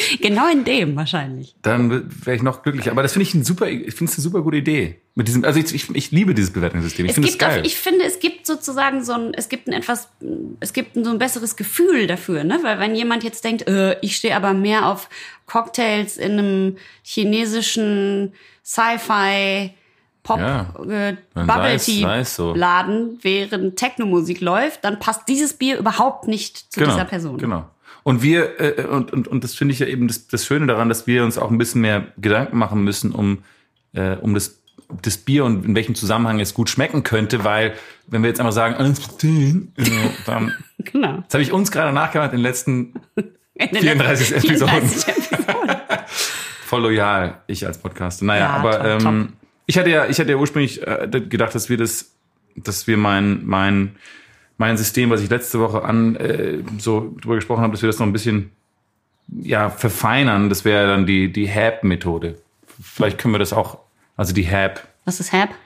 Genau in dem wahrscheinlich. Dann wäre ich noch glücklicher. Aber das finde ich eine super gute Idee. Mit diesem, also ich liebe dieses Bewertungssystem. Ich finde es geil. Ich finde, es gibt sozusagen so ein besseres Gefühl dafür, ne? Weil wenn jemand jetzt denkt, ich stehe aber mehr auf Cocktails in einem chinesischen Sci-Fi Pop Bubble Tea Laden, während Techno-Musik läuft, dann passt dieses Bier überhaupt nicht zu dieser Person. Genau. Und wir, und das finde ich ja eben das Schöne daran, dass wir uns auch ein bisschen mehr Gedanken machen müssen, um das Bier und in welchem Zusammenhang es gut schmecken könnte, weil, wenn wir jetzt einmal sagen, 1/10, dann, genau. Das habe ich uns gerade nachgemacht in den letzten 34 Episoden. Voll loyal, ich als Podcaster. Naja, aber top. Ich hatte ja ursprünglich gedacht, dass wir mein System, was ich letzte Woche so drüber gesprochen habe, dass wir das noch ein bisschen verfeinern. Das wäre dann die HAB-Methode. Vielleicht können wir das auch, also die HAB. Was ist HAB?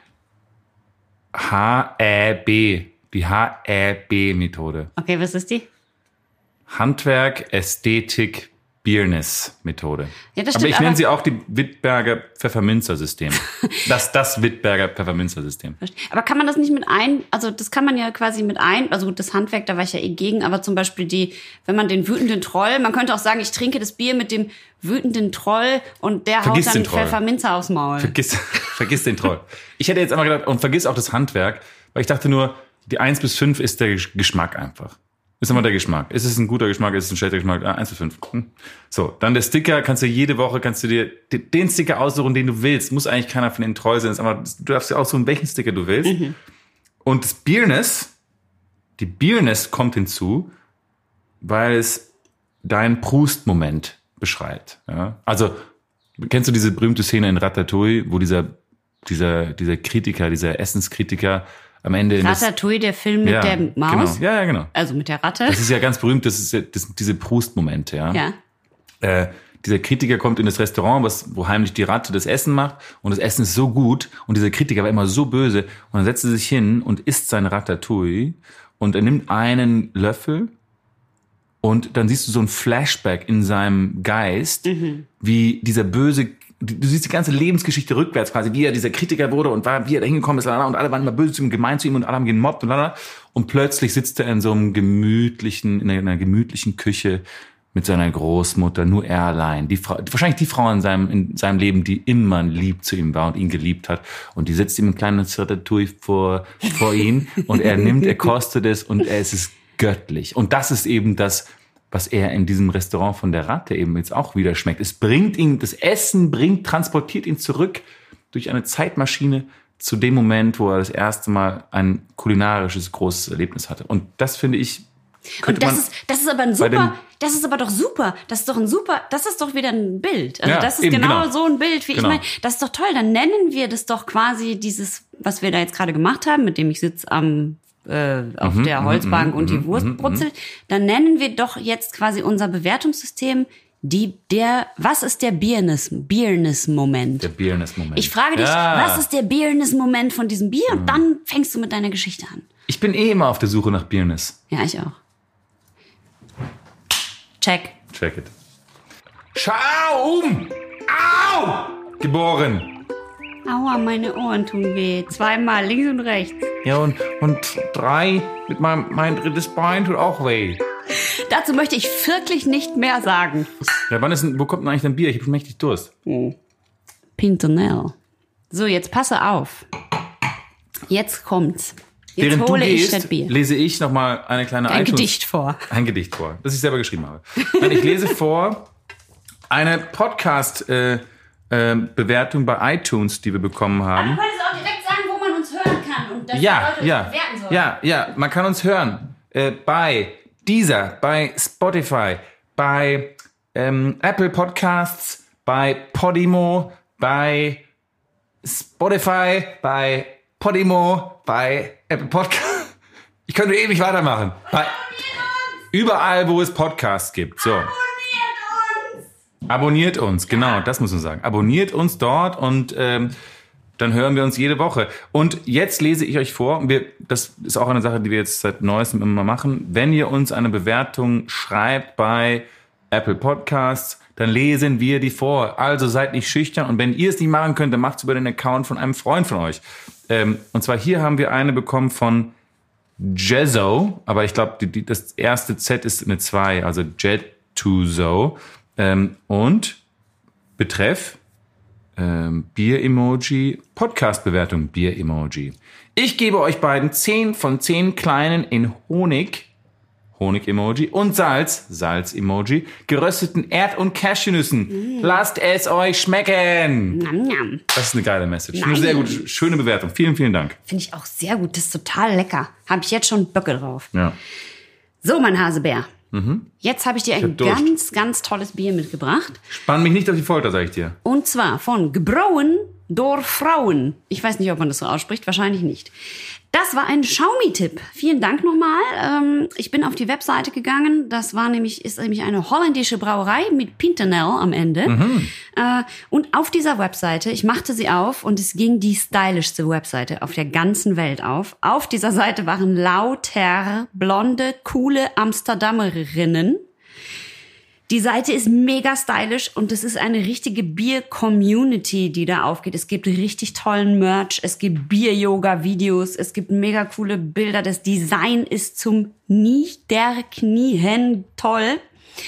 HAB. Die HAB-Methode. Okay, was ist die? Handwerk, Ästhetik, Beerness-Methode. Ja, das aber stimmt, ich nenne sie auch die Wittberger Pfefferminzer-System. das Wittberger Pfefferminzer-System. Aber kann man das nicht also das kann man ja quasi also gut, das Handwerk, da war ich ja gegen, aber zum Beispiel wenn man den wütenden Troll, man könnte auch sagen, ich trinke das Bier mit dem wütenden Troll und der haut dann Pfefferminzer aufs Maul. Vergiss den Troll. Ich hätte jetzt einmal gedacht, und vergiss auch das Handwerk, weil ich dachte nur, die 1 bis 5 ist der Geschmack einfach. Ist immer der Geschmack. Ist es ein guter Geschmack, ist es ein schlechter Geschmack? 1 bis 5. So, dann der Sticker, jede Woche dir den Sticker aussuchen, den du willst. Muss eigentlich keiner von den treu sein, aber du darfst ja aussuchen, welchen Sticker du willst. Mhm. Und das die Beerness kommt hinzu, weil es deinen Proust-Moment beschreibt. Ja? Also, kennst du diese berühmte Szene in Ratatouille, wo dieser Kritiker, dieser Essenskritiker am Ende Ratatouille, der Film mit der Maus? Genau. Ja, genau. Also mit der Ratte. Das ist ja ganz berühmt, das sind diese Proust-Momente, ja. Dieser Kritiker kommt in das Restaurant, wo heimlich die Ratte das Essen macht und das Essen ist so gut und dieser Kritiker war immer so böse und dann setzt er sich hin und isst sein Ratatouille und er nimmt einen Löffel und dann siehst du so ein Flashback in seinem Geist, wie dieser böse, du siehst die ganze Lebensgeschichte rückwärts quasi, wie er dieser Kritiker wurde und wie er da hingekommen ist, und alle waren immer böse zu ihm, gemein zu ihm und alle haben ihn gemobbt und plötzlich sitzt er in einer gemütlichen Küche mit seiner Großmutter, nur er allein. Wahrscheinlich die Frau in seinem Leben, die immer lieb zu ihm war und ihn geliebt hat. Und die sitzt ihm ein kleines Ratatouille vor ihn und er kostet es und es ist göttlich. Und das ist eben das, was er in diesem Restaurant von der Ratte eben jetzt auch wieder schmeckt. Das Essen transportiert ihn zurück durch eine Zeitmaschine zu dem Moment, wo er das erste Mal ein kulinarisches großes Erlebnis hatte. Und das finde ich, das ist doch super. Das ist doch wieder ein Bild. Also das ist genau so ein Bild, wie ich meine. Das ist doch toll. Dann nennen wir das doch quasi dieses, was wir da jetzt gerade gemacht haben, mit dem ich sitze auf der Holzbank und die Wurst brutzelt. Dann nennen wir doch jetzt quasi unser Bewertungssystem was ist der Beerness-Moment? Der Beerness-Moment. Ich frage dich, was ist der Beerness-Moment von diesem Bier? Und dann fängst du mit deiner Geschichte an. Ich bin immer auf der Suche nach Beerness. Ja, ich auch. Check it. Schau! Au! Geboren. Aua, meine Ohren tun weh. 2-mal, links und rechts. Ja, und 3 mit mein drittes Bein tut auch weh. Dazu möchte ich wirklich nicht mehr sagen. Ja, wo kommt denn eigentlich dein Bier? Ich habe schon mächtig Durst. Pintonell. So, jetzt passe auf. Jetzt kommt's. Jetzt Während hole du gehst, ich das Bier. lese ich nochmal ein Gedicht vor. Ein Gedicht vor, das ich selber geschrieben habe. Ich lese vor eine Podcast-Bewertung bei iTunes, die wir bekommen haben. Aber du könntest auch direkt sagen, wo man uns hören kann und dass die Leute bewerten sollen. Ja, man kann uns hören bei Deezer, bei Spotify, bei Apple Podcasts, bei Podimo, bei Spotify, bei Podimo, bei Apple Podcasts. Ich könnte ewig weitermachen. Überall, wo es Podcasts gibt. So. Abonniert uns, genau, das muss man sagen. Abonniert uns dort und dann hören wir uns jede Woche. Und jetzt lese ich euch vor, das ist auch eine Sache, die wir jetzt seit Neuestem immer machen, wenn ihr uns eine Bewertung schreibt bei Apple Podcasts, dann lesen wir die vor. Also seid nicht schüchtern und wenn ihr es nicht machen könnt, dann macht's über den Account von einem Freund von euch. Und zwar hier haben wir eine bekommen von Jezzo, aber ich glaube, das erste Z ist eine 2, also Jettuzo. Und Betreff Bier-Emoji, Podcast-Bewertung Bier-Emoji. Ich gebe euch beiden 10 von 10 kleinen in Honig-Emoji und Salz-Emoji, gerösteten Erd- und Cashewnüssen. Lasst es euch schmecken. Nam, nam. Das ist eine geile Message. Eine sehr gute, schöne Bewertung. Vielen, vielen Dank. Finde ich auch sehr gut. Das ist total lecker. Habe ich jetzt schon Böcke drauf. Ja. So, mein Hasebär. Jetzt habe ich dir ein ganz, ganz tolles Bier mitgebracht. Spann mich nicht auf die Folter, sage ich dir. Und zwar von Gebrouen door Frauen. Ich weiß nicht, ob man das so ausspricht. Wahrscheinlich nicht. Das war ein Xiaomi-Tipp. Vielen Dank nochmal. Ich bin auf die Webseite gegangen. Das ist nämlich eine holländische Brauerei mit Pintenel am Ende. Und auf dieser Webseite, ich machte sie auf und es ging die stylischste Webseite auf der ganzen Welt auf. Auf dieser Seite waren lauter blonde, coole Amsterdamerinnen. Die Seite ist mega stylisch und es ist eine richtige Bier-Community, die da aufgeht. Es gibt richtig tollen Merch, es gibt Bier-Yoga-Videos, es gibt mega coole Bilder. Das Design ist zum Niederknien toll.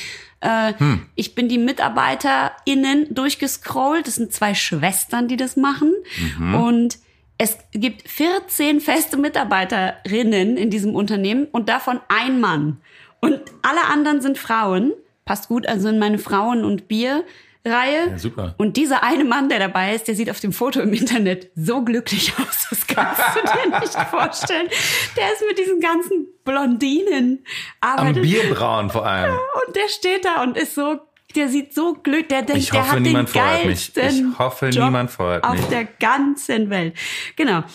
Ich bin die MitarbeiterInnen durchgescrollt. Das sind 2 Schwestern, die das machen. Und es gibt 14 feste Mitarbeiterinnen in diesem Unternehmen und davon ein Mann. Und alle anderen sind Frauen. Passt gut also in meine Frauen- und Bier-Reihe. Ja, super. Und dieser eine Mann, der dabei ist, der sieht auf dem Foto im Internet so glücklich aus. Das kannst du dir nicht vorstellen. Der ist mit diesen ganzen Blondinen. Am Bierbrauen vor allem. Und der steht da und ist so, der sieht so glücklich. Der denkt, Ich hoffe, niemand feuert mich. Ich hoffe, niemand feuert mich. Auf der ganzen Welt. Genau.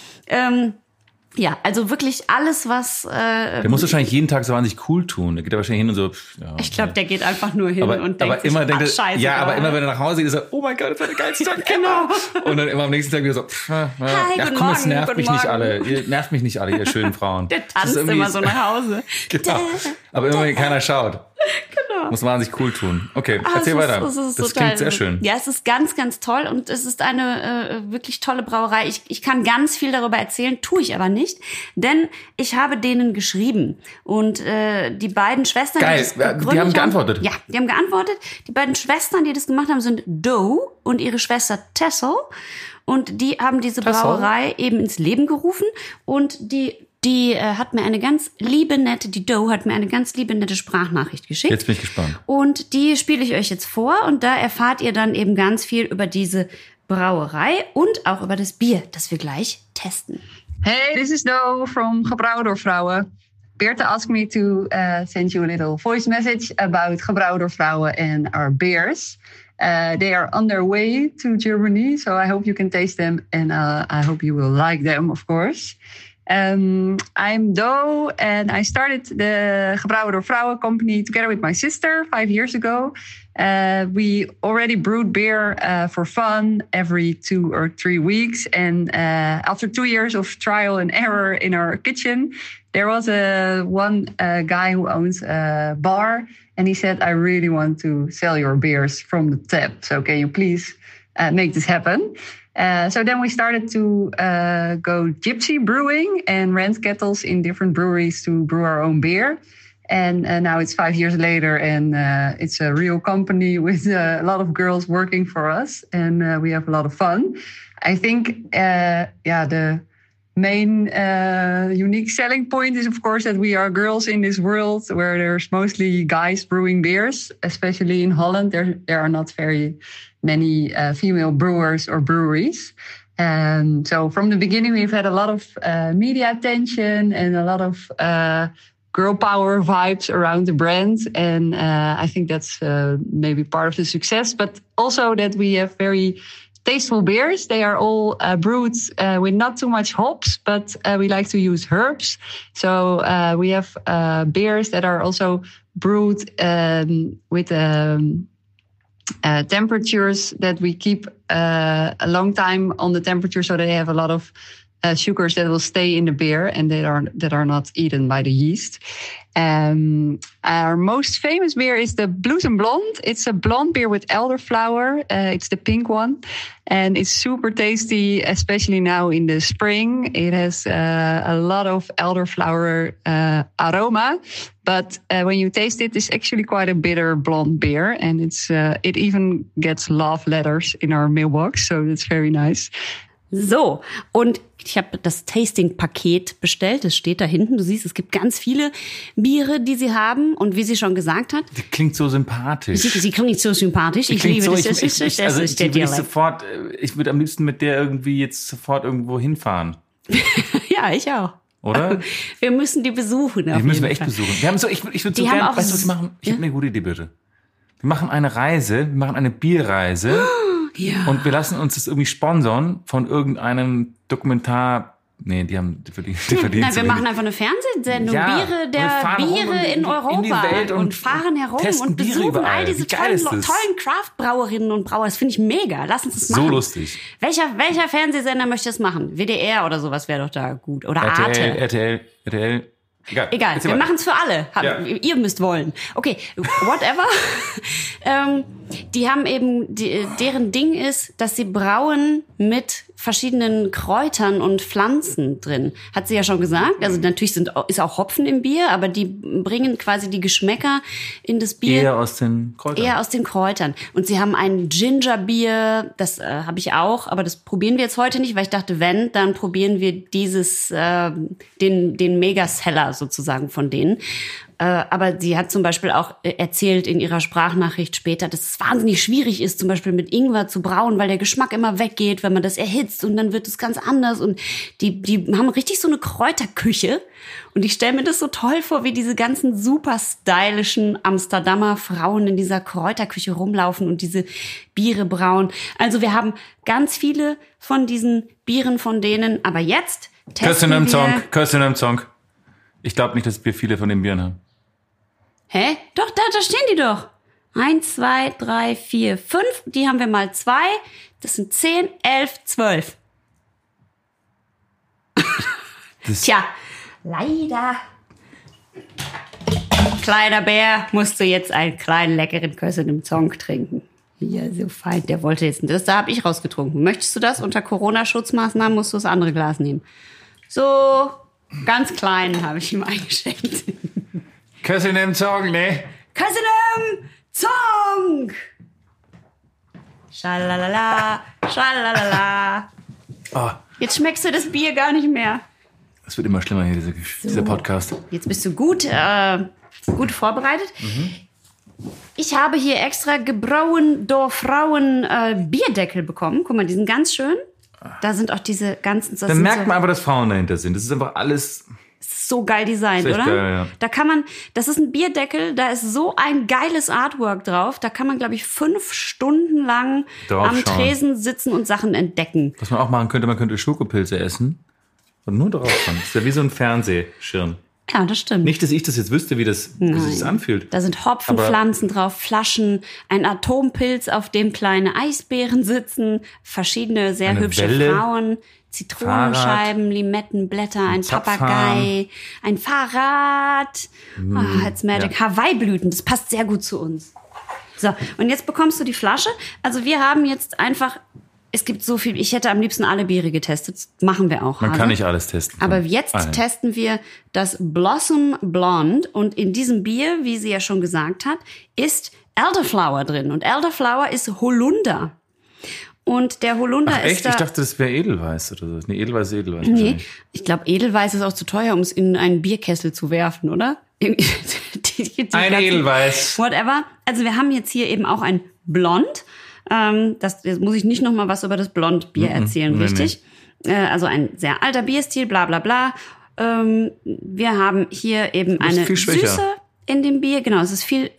Ja, also wirklich alles, was... der muss wahrscheinlich jeden Tag so wahnsinnig cool tun. Der geht da wahrscheinlich hin und so... Ja, ich glaube, der geht einfach nur hin und denkt aber immer sich, scheiße. Ja, aber immer wenn er nach Hause geht, ist er, oh mein Gott, das war der geilste Tag. Genau. Und dann immer am nächsten Tag wieder so... Hi, ja, komm, es nervt mich nicht alle. Ihr nervt mich nicht alle, ihr schönen Frauen. Der tanzt immer so nach Hause. Genau. Aber immer, wenn keiner schaut. Genau. Muss man sich cool tun. Okay, erzähl weiter. Das klingt sehr schön. Ja, es ist ganz, ganz toll und es ist eine wirklich tolle Brauerei. Ich kann ganz viel darüber erzählen, tue ich aber nicht, denn ich habe denen geschrieben und die beiden Schwestern, geil, die haben geantwortet. Ja, die haben geantwortet. Die beiden Schwestern, die das gemacht haben, sind Doe und ihre Schwester Tessel und die haben diese Brauerei eben ins Leben gerufen und die hat mir eine ganz liebe, nette, die Doe hat mir eine ganz liebe, nette Sprachnachricht geschickt. Jetzt bin ich gespannt. Und die spiele ich euch jetzt vor und da erfahrt ihr dann eben ganz viel über diese Brauerei und auch über das Bier, das wir gleich testen. Hey, this is Doe from Gebrouwen door Vrouwen. Beerte asked me to send you a little voice message about Gebrouwen door Vrouwen and our beers. They are on their way to Germany, so I hope you can taste them and I hope you will like them, of course. I'm Doe and I started the Gebrouwen door Vrouwen company together with my sister 5 years ago. We already brewed beer for fun every 2 or 3 weeks. And after 2 years of trial and error in our kitchen, there was one guy who owns a bar. And he said, I really want to sell your beers from the tap. So can you please make this happen? So then we started to go gypsy brewing and rent kettles in different breweries to brew our own beer. And now it's 5 years later and it's a real company with a lot of girls working for us. And we have a lot of fun. I think, the main unique selling point is, of course, that we are girls in this world where there's mostly guys brewing beers, especially in Holland. There are not very many female brewers or breweries. So from the beginning, we've had a lot of media attention and a lot of girl power vibes around the brand. And I think that's maybe part of the success, but also that we have very tasteful beers. They are all brewed with not too much hops, but we like to use herbs. So we have beers that are also brewed with temperatures that we keep a long time on the temperature, so they have a lot of sugars that will stay in the beer and that are not eaten by the yeast. Our most famous beer is the Bloesem Blonde. It's a blonde beer with elderflower. It's the pink one. And it's super tasty, especially now in the spring. It has a lot of elderflower aroma. But when you taste it, it's actually quite a bitter blonde beer. And it even gets love letters in our mailbox. So that's very nice. So, und ich habe das Tasting-Paket bestellt. Das steht da hinten. Du siehst, es gibt ganz viele Biere, die sie haben. Und wie sie schon gesagt hat... Die klingt so sympathisch. Sie klingt nicht so sympathisch. Ich liebe das. Ich würde am liebsten mit der irgendwie jetzt sofort irgendwo hinfahren. Ja, ich auch. Oder? Wir müssen die besuchen. Die müssen wir echt besuchen. Wir haben so, ich würde so gerne... Weißt du, was wir machen? Ich habe eine gute Idee, bitte. Wir machen eine Reise. Wir machen eine Bierreise. Ja. Und wir lassen uns das irgendwie sponsern von irgendeinem Dokumentar. Nee, die verdienen Nein, wir machen einfach eine Fernsehsendung. Ja, Biere in Europa. In die Welt und fahren herum und besuchen all diese tollen Craft-Brauerinnen und Brauer. Das finde ich mega. Lass uns das machen. So lustig. Welcher Fernsehsender möchte das machen? WDR oder sowas wäre doch da gut. Oder RTL. Egal, wir machen es für alle. Ja. Ihr müsst wollen. Okay, whatever. Die haben eben, deren Ding ist, dass sie brauen mit verschiedenen Kräutern und Pflanzen drin. Hat sie ja schon gesagt. Also natürlich ist auch Hopfen im Bier, aber die bringen quasi die Geschmäcker in das Bier. Eher aus den Kräutern. Und sie haben ein Gingerbier, das habe ich auch, aber das probieren wir jetzt heute nicht, weil ich dachte, wenn, dann probieren wir den Mega-Seller sozusagen von denen. Aber sie hat zum Beispiel auch erzählt in ihrer Sprachnachricht später, dass es wahnsinnig schwierig ist, zum Beispiel mit Ingwer zu brauen, weil der Geschmack immer weggeht, wenn man das erhitzt und dann wird es ganz anders. Und die haben richtig so eine Kräuterküche. Und ich stelle mir das so toll vor, wie diese ganzen super stylischen Amsterdamer Frauen in dieser Kräuterküche rumlaufen und diese Biere brauen. Also wir haben ganz viele von diesen Bieren von denen. Aber jetzt testen wir... Kösten im Song. Ich glaube nicht, dass wir viele von den Bieren haben. Hä? Doch, da stehen die doch. 1, 2, 3, 4, 5. Die haben wir mal 2. Das sind 10, 11, 12. Tja, leider. Kleiner Bär, musst du jetzt einen kleinen, leckeren Kössen im Song trinken. Ja, so fein. Der wollte jetzt das. Da habe ich rausgetrunken. Möchtest du das? Unter Corona-Schutzmaßnahmen musst du das andere Glas nehmen. So, ganz klein habe ich ihm eingeschenkt. Kössen im Song, ne? Kössen im Song! Schalalala, schalalala. Oh. Jetzt schmeckst du das Bier gar nicht mehr. Es wird immer schlimmer hier, dieser Podcast. Jetzt bist du gut vorbereitet. Mhm. Ich habe hier extra gebrauen Dorfrauen Bierdeckel bekommen. Guck mal, die sind ganz schön. Da sind auch diese ganzen... Dann merkt man aber, dass Frauen dahinter sind. Das ist einfach alles... Das ist so geil designt, oder? Geil, ja. Da kann man, das ist ein Bierdeckel, da ist so ein geiles Artwork drauf. Da kann man, glaube ich, 5 Stunden lang am Tresen sitzen und Sachen entdecken. Was man auch machen könnte, man könnte Schokopilze essen und nur drauf schauen. Das ist ja wie so ein Fernsehschirm. Ja, das stimmt. Nicht, dass ich das jetzt wüsste, wie sich das anfühlt. Da sind Hopfenpflanzen drauf, Flaschen, ein Atompilz, auf dem kleine Eisbären sitzen, verschiedene sehr hübsche Frauen, Zitronenscheiben, Limettenblätter, ein Papagei, ein Fahrrad, it's magic, Hawaii-Blüten, das passt sehr gut zu uns. So, und jetzt bekommst du die Flasche. Also wir haben jetzt einfach... Es gibt so viel, ich hätte am liebsten alle Biere getestet. Das machen wir auch. Man kann nicht alles testen. Aber jetzt testen wir das Bloesem Blonde. Und in diesem Bier, wie sie ja schon gesagt hat, ist Elderflower drin. Und Elderflower ist Holunder. Und der Holunder ist da... Ich dachte, das wäre Edelweiß oder so. Nee, Edelweiß. Nee, ich glaube, Edelweiß ist auch zu teuer, um es in einen Bierkessel zu werfen, oder? Ein Edelweiß. Whatever. Also wir haben jetzt hier eben auch ein Blond. Jetzt muss ich nicht noch mal was über das Blondbier erzählen, richtig? Nee. Also ein sehr alter Bierstil, bla bla bla. Wir haben hier eben eine Süße in dem Bier. Genau, es ist viel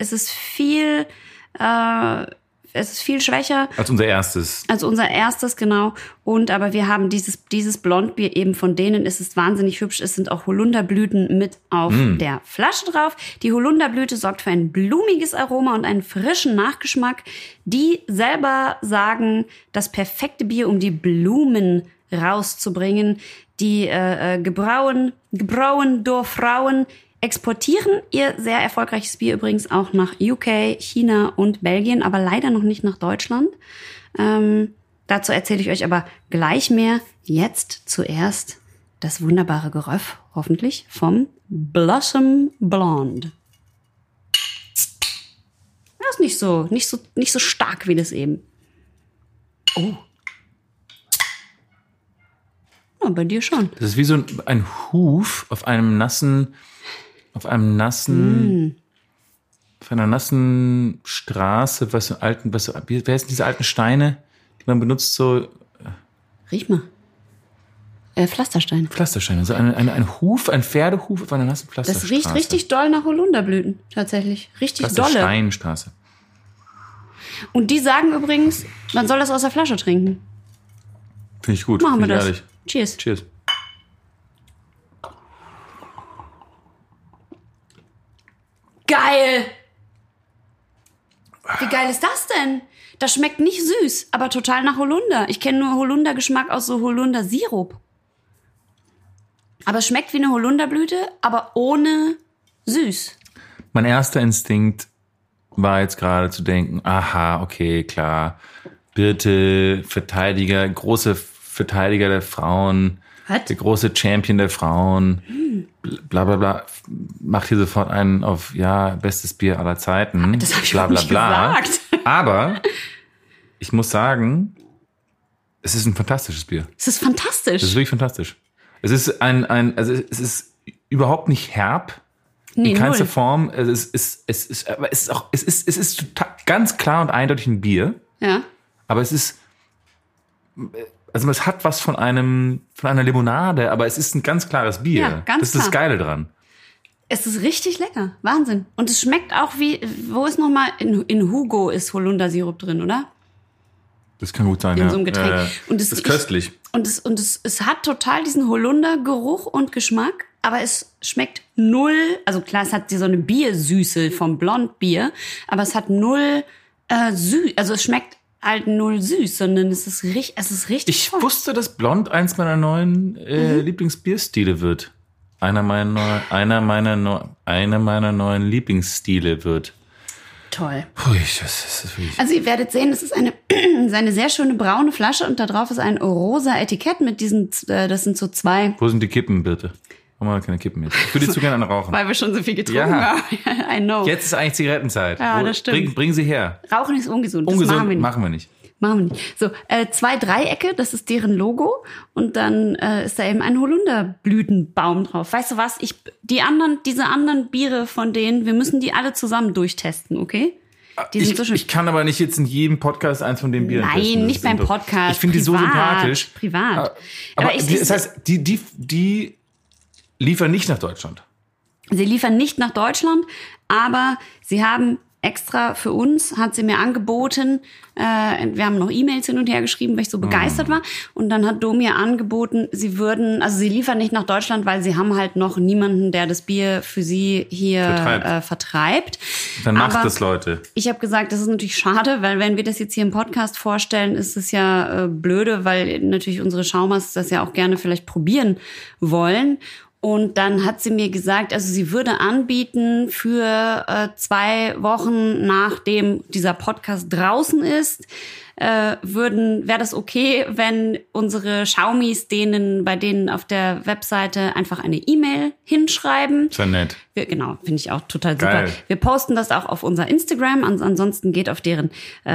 schwächer. Als unser erstes. Genau. Und aber wir haben dieses Blondbier eben von denen, ist es wahnsinnig hübsch. Es sind auch Holunderblüten mit auf der Flasche drauf. Die Holunderblüte sorgt für ein blumiges Aroma und einen frischen Nachgeschmack. Die selber sagen, das perfekte Bier, um die Blumen rauszubringen. die gebrauen durch Frauen exportieren ihr sehr erfolgreiches Bier übrigens auch nach UK, China und Belgien, aber leider noch nicht nach Deutschland. Dazu erzähle ich euch aber gleich mehr. Jetzt zuerst das wunderbare Geröff, hoffentlich, vom Blossom Blonde. Das ist nicht so stark wie das eben. Oh. Ja, bei dir schon. Das ist wie so ein Huf auf einer nassen Straße, wer heißen diese alten Steine, die man benutzt so? Riech mal. Pflastersteine. Pflastersteine, also ein Huf, ein Pferdehuf auf einer nassen Pflasterstraße. Das riecht richtig doll nach Holunderblüten, tatsächlich. Richtig dolle. Pflastersteinstraße. Und die sagen übrigens, man soll das aus der Flasche trinken. Finde ich gut. Machen wir das. Ehrlich. Cheers. Cheers. Geil! Wie geil ist das denn? Das schmeckt nicht süß, aber total nach Holunder. Ich kenne nur Holundergeschmack aus so Holundersirup. Aber es schmeckt wie eine Holunderblüte, aber ohne süß. Mein erster Instinkt war jetzt gerade zu denken, aha, okay, klar, Birte, Verteidiger, große Verteidiger der Frauen, der große Champion der Frauen, bla bla bla, macht hier sofort einen auf, ja, bestes Bier aller Zeiten, das hab ich bla bla nicht bla. gesagt. Aber ich muss sagen, es ist ein fantastisches Bier. Es ist fantastisch. Es ist wirklich fantastisch. Es ist also es ist überhaupt nicht herb. Nee, in keinster null. Form. Es ist total, ganz klar und eindeutig ein Bier. Ja. Aber es hat was von einer Limonade, aber es ist ein ganz klares Bier. Ja, ganz das ist das klar. Geile dran. Es ist richtig lecker. Wahnsinn. Und es schmeckt auch wie, wo ist nochmal, in Hugo ist Holundersirup drin, oder? Das kann gut sein, In ja. so einem Getränk. Und das ist köstlich. Und es hat total diesen Holundergeruch und Geschmack, aber es schmeckt null, also klar, es hat so eine Biersüße vom Blondbier, aber es hat null süß, also es schmeckt halt null süß, sondern es ist richtig Ich wusste, dass Blond eins meiner neuen Lieblingsbierstile wird. Einer meiner neuen Lieblingsstile wird. toll. Ui, das ist wirklich. Also ihr werdet sehen, es ist eine sehr schöne braune Flasche und da drauf ist ein rosa Etikett mit diesen, das sind so zwei. Wo sind die Kippen, bitte? Machen wir keine Kippen jetzt. Ich würde zu gerne eine rauchen. Weil wir schon so viel getrunken Ja. haben. I know. Jetzt ist eigentlich Zigarettenzeit. Ja, das stimmt. Bring sie her. Rauchen ist ungesund. Das Ungesund machen wir nicht. Machen wir nicht. So, 2 Dreiecke, das ist deren Logo. Und dann ist da eben ein Holunderblütenbaum drauf. Weißt du was? Diese anderen Biere von denen, wir müssen die alle zusammen durchtesten, okay? Die sind so schön. Ich kann aber nicht jetzt in jedem Podcast eins von den Bieren testen. Nein, nicht beim Podcast. Ich finde die so sympathisch. Privat. Aber das heißt, die liefern nicht nach Deutschland. Sie liefern nicht nach Deutschland, aber sie haben extra für uns, hat sie mir angeboten, wir haben noch E-Mails hin und her geschrieben, weil ich so begeistert war. Und dann hat Dom mir angeboten, sie liefern nicht nach Deutschland, weil sie haben halt noch niemanden, der das Bier für sie hier vertreibt. Dann macht Aber das, Leute. Ich habe gesagt, das ist natürlich schade, weil wenn wir das jetzt hier im Podcast vorstellen, ist es ja blöde, weil natürlich unsere Schaumers das ja auch gerne vielleicht probieren wollen. Und dann hat sie mir gesagt, also sie würde anbieten für 2 Wochen, nachdem dieser Podcast draußen ist, wäre das okay, wenn unsere Schaumis bei denen auf der Webseite einfach eine E-Mail hinschreiben. Ist ja nett. Genau, finde ich auch total super. Geil. Wir posten das auch auf unser Instagram, ansonsten geht auf deren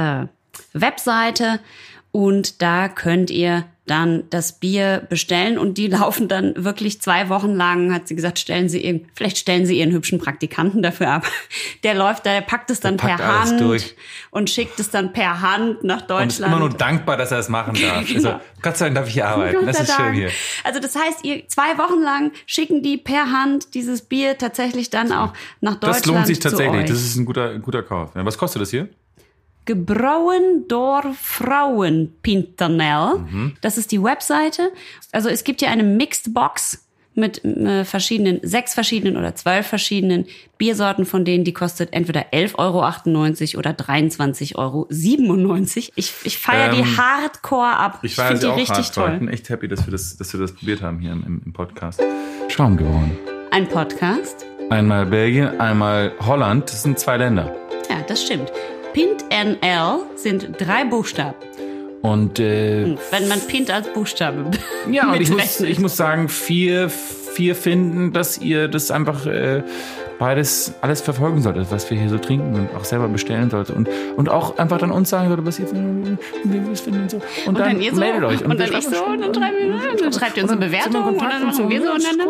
Webseite und da könnt ihr dann das Bier bestellen und die laufen dann wirklich 2 Wochen lang, hat sie gesagt, vielleicht stellen sie ihren hübschen Praktikanten dafür ab. Der packt es dann per Hand und schickt es dann per Hand nach Deutschland. Und ist immer nur dankbar, dass er es machen darf. Genau. Also, Gott sei Dank darf ich hier arbeiten. Das ist schön hier. Also das heißt, 2 Wochen lang schicken die per Hand dieses Bier tatsächlich dann auch nach Deutschland. Das lohnt sich tatsächlich. Zu euch. Das ist ein guter Kauf. Ja, was kostet das hier? Gebrauen door Frauen.nl. Das ist die Webseite. Also es gibt ja eine Mixed Box mit 6 verschiedenen oder 12 verschiedenen Biersorten, von denen die kostet entweder 11,98 € oder 23,97 €. Ich feiere die hardcore ab. Ich finde die richtig toll. Ich bin echt happy, dass wir das probiert haben hier im Podcast. Schaum geworden. Ein Podcast. Einmal Belgien, einmal Holland. Das sind 2 Länder. Ja, das stimmt. Pint NL sind 3 Buchstaben. Und wenn man Pint als Buchstabe ja, und ich muss sagen, 4 finden, dass ihr das einfach beides alles verfolgen solltet, was wir hier so trinken und auch selber bestellen solltet und auch einfach dann uns sagen solltet, was ihr findet und so. Und dann ihr so, meldet euch. Und dann ich so, und dann schreibt ihr uns eine Bewertung und dann machen wir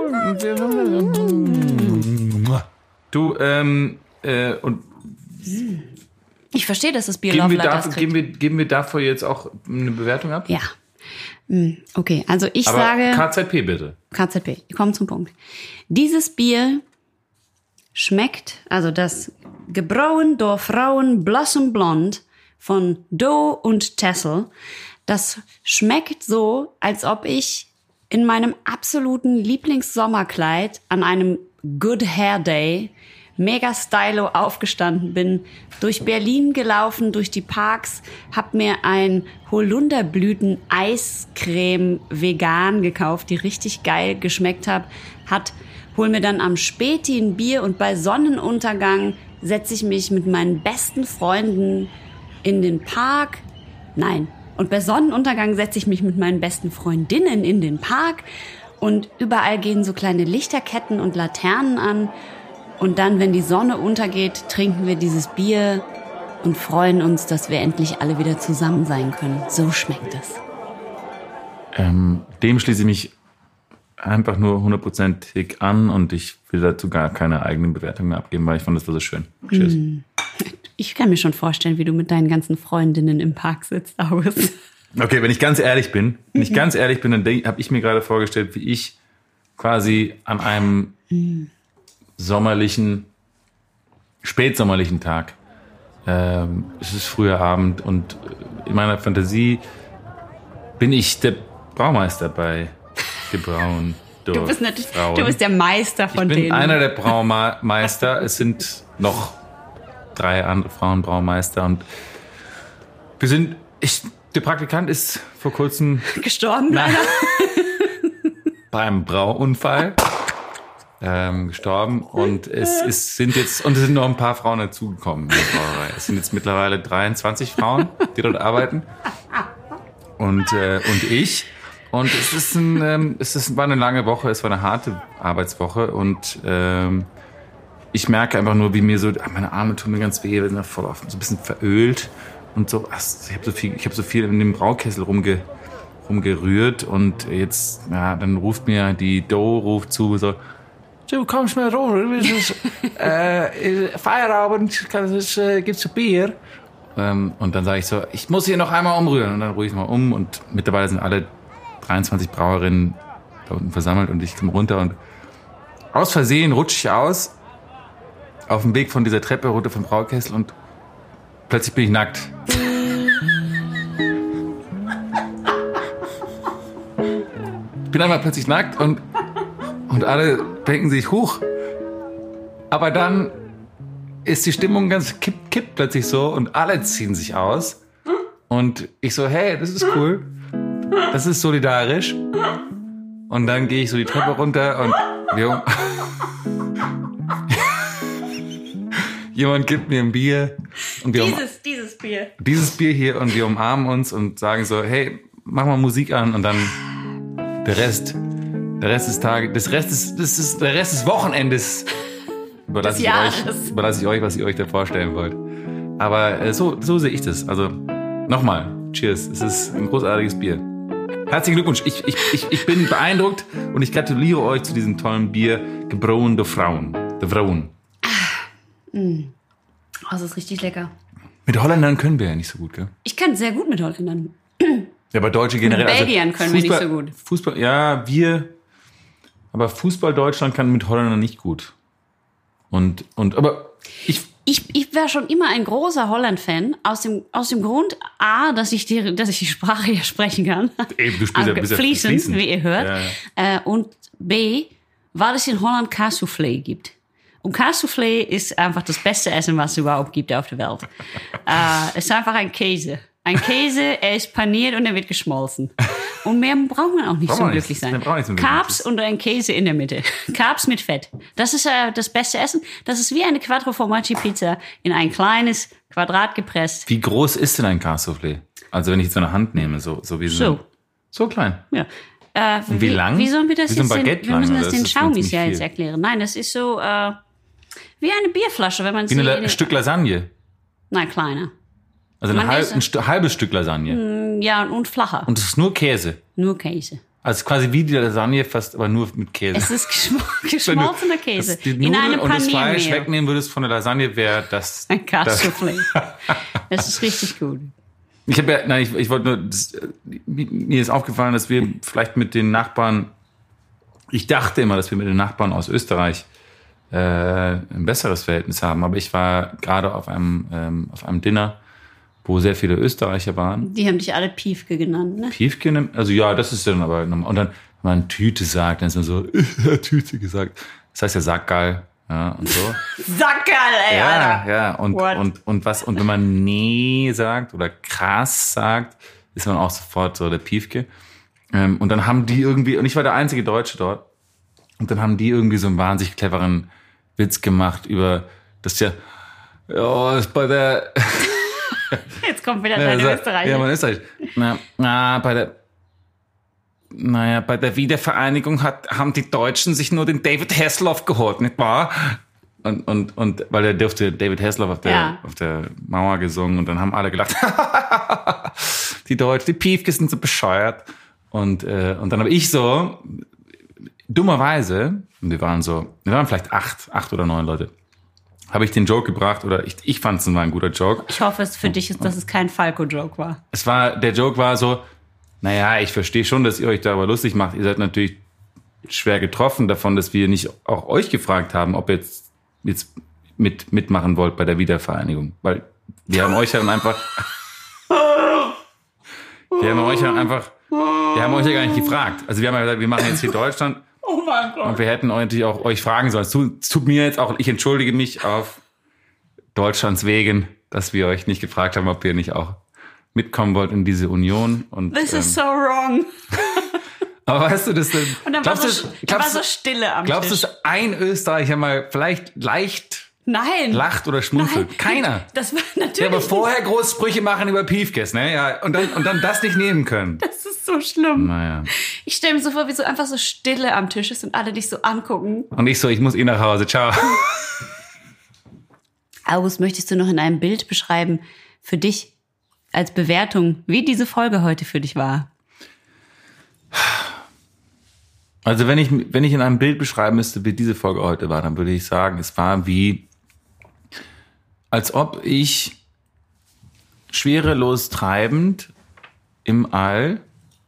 so. Und ich verstehe, dass das Bier Love Letters kriegt. Geben wir dafür jetzt auch eine Bewertung ab? Ja. Okay, also ich Aber sage... KZP bitte. KZP, wir kommen zum Punkt. Dieses Bier schmeckt, also das Gebrauen durch Frauen Blossom Blonde von Doe und Tessel, das schmeckt so, als ob ich in meinem absoluten Lieblingssommerkleid an einem Good Hair Day mega stylo aufgestanden bin, durch Berlin gelaufen, durch die Parks, hab mir ein Holunderblüten-Eiscreme vegan gekauft, die richtig geil geschmeckt hat, hol mir dann am Späti ein Bier und bei Sonnenuntergang setze ich mich mit meinen besten Freunden in den Park. Nein, und bei Sonnenuntergang setze ich mich mit meinen besten Freundinnen in den Park und überall gehen so kleine Lichterketten und Laternen an. Und dann, wenn die Sonne untergeht, trinken wir dieses Bier und freuen uns, dass wir endlich alle wieder zusammen sein können. So schmeckt es. Dem schließe ich mich einfach nur 100%ig an und ich will dazu gar keine eigenen Bewertungen mehr abgeben, weil ich fand, das war so schön. Tschüss. Ich kann mir schon vorstellen, wie du mit deinen ganzen Freundinnen im Park sitzt, August. Okay, wenn ich ganz ehrlich bin, dann habe ich mir gerade vorgestellt, wie ich quasi an einem spätsommerlichen Tag. Es ist früher Abend und in meiner Fantasie bin ich der Braumeister bei Gebrauen. Du bist der Meister von denen. Ich bin einer der Braumeister. Es sind noch 3 andere Frauenbraumeister und der Praktikant ist vor kurzem gestorben, leider. Beim Brauunfall. Gestorben und es sind noch ein paar Frauen dazugekommen in der Brauerei. Es sind jetzt mittlerweile 23 Frauen, die dort arbeiten und ich. Und war eine lange Woche, es war eine harte Arbeitswoche und ich merke einfach nur, wie mir so, meine Arme tun mir ganz weh, sind voll offen, so ein bisschen verölt und so. Ich habe so viel in dem Braukessel rumgerührt und jetzt, ja, dann ruft mir die Doe zu, so, du kommst mal runter, Feierabend, gibt's ein Bier? Und dann sage ich so, ich muss hier noch einmal umrühren. Und dann rühre ich mal um und mittlerweile sind alle 23 Brauerinnen da unten versammelt und ich komme runter und aus Versehen rutsche ich aus auf dem Weg von dieser Treppe runter vom Braukessel und plötzlich bin ich nackt. Ich bin einfach plötzlich nackt und alle denken sich, huch. Aber dann ist die Stimmung ganz kippt plötzlich so und alle ziehen sich aus. Und ich so, hey, das ist cool. Das ist solidarisch. Und dann gehe ich so die Treppe runter und jemand gibt mir ein Bier. Und dieses Bier. Dieses Bier hier und wir umarmen uns und sagen so, hey, mach mal Musik an und dann der Rest des Tages, der Rest des Wochenendes überlasse ich euch, was ihr euch da vorstellen wollt. Aber so sehe ich das. Also nochmal, cheers. Es ist ein großartiges Bier. Herzlichen Glückwunsch. Ich bin beeindruckt und ich gratuliere euch zu diesem tollen Bier Gebrauen der Frauen. Oh, das ist richtig lecker. Mit Holländern können wir ja nicht so gut, gell? Ich kann sehr gut mit Holländern. Ja, aber Deutsche generell. Mit Belgiern können wir nicht so gut. Fußball, ja, aber Fußball Deutschland kann mit Holländern nicht gut. Aber ich war schon immer ein großer Holland-Fan, aus dem Grund, A, dass ich die Sprache ja sprechen kann. Eben, du spielst ja fließend, wie ihr hört. Ja. Und B, weil es in Holland Kaassoufflé gibt. Und Kaassoufflé ist einfach das beste Essen, was es überhaupt gibt auf der Welt. Es ist einfach ein Käse. Ein Käse, er ist paniert und er wird geschmolzen. Und mehr braucht man auch nicht zum glücklich sein. Carbs und ein Käse in der Mitte. Carbs mit Fett. Das ist das beste Essen. Das ist wie eine Quattro Formaggi Pizza in ein kleines Quadrat gepresst. Wie groß ist denn ein Kaassoufflé? Also wenn ich jetzt so eine Hand nehme, so wie so klein. Ja. Und wie lang? Wie sollen wir das wie so ein jetzt wir müssen das den Schaumis ja jetzt erklären. Nein, das ist so wie eine Bierflasche, wenn man wie ein Stück Lasagne. Nein, kleiner. Also ein halbes Stück Lasagne. Ja, und flacher. Und es ist nur Käse. Nur Käse. Also quasi wie die Lasagne, fast aber nur mit Käse. Es ist geschmolzener Käse. Die Nudeln in einem und das Fleisch Paniermehl. wegnehmen würdest von der Lasagne, wäre das... Ein Kaassoufflé. Das ist richtig gut. Ich wollte nur... Mir ist aufgefallen, dass wir vielleicht mit den Nachbarn... Ich dachte immer, dass wir mit den Nachbarn aus Österreich ein besseres Verhältnis haben. Aber ich war gerade auf einem Dinner, wo sehr viele Österreicher waren. Die haben dich alle Piefke genannt, ne? Piefke? Also ja, das ist dann aber... Und dann, wenn man Tüte sagt, dann ist man so, Tüte gesagt. Das heißt ja Sackgeil. Ja, und so. Sackgeil, ey, Alter. Ja. Und wenn man nee sagt oder krass sagt, ist man auch sofort so der Piefke. Und dann haben die irgendwie, und ich war der einzige Deutsche dort, und dann haben die irgendwie so einen wahnsinnig cleveren Witz gemacht über das ist bei der... Jetzt kommt wieder deine Österreicher. Ja, man Österreich. Bei der Wiedervereinigung haben die Deutschen sich nur den David Hasselhoff geholt, nicht wahr? Und weil der durfte David Hasselhoff auf der Mauer gesungen und dann haben alle gelacht. Die Deutschen, die Piefke sind so bescheuert. Und dann habe ich so, dummerweise, und wir waren vielleicht 8 oder 9 Leute, habe ich den Joke gebracht, oder ich fand es war ein guter Joke. Ich hoffe, es für dich ist, dass es kein Falco-Joke war. Der Joke war so, naja, ich verstehe schon, dass ihr euch darüber lustig macht. Ihr seid natürlich schwer getroffen davon, dass wir nicht auch euch gefragt haben, ob ihr jetzt mitmachen wollt bei der Wiedervereinigung. Weil wir haben euch dann einfach... wir haben euch ja gar nicht gefragt. Also wir haben ja gesagt, wir machen jetzt hier Deutschland. Oh mein Gott. Und wir hätten natürlich auch euch fragen sollen. Es tut mir jetzt auch, ich entschuldige mich auf Deutschlands Wegen, dass wir euch nicht gefragt haben, ob ihr nicht auch mitkommen wollt in diese Union. Und, This is so wrong. Aber weißt du, das dann... Und dann war so Stille am Tisch. Glaubst du, dass ein Österreicher mal vielleicht leicht lacht oder schmunzelt? Nein. Keiner. Das war natürlich... Ja, aber vorher groß Sprüche machen über Piefkes, ne? Ja, und dann das nicht nehmen können. Das ist so schlimm. Naja. Ich stelle mir so vor, wie so einfach so Stille am Tisch ist und alle dich so angucken. Und ich muss nach Hause. Ciao. August, möchtest du noch in einem Bild beschreiben für dich als Bewertung, wie diese Folge heute für dich war? Also wenn ich in einem Bild beschreiben müsste, wie diese Folge heute war, dann würde ich sagen, es war wie, als ob ich schwerelos treibend im All,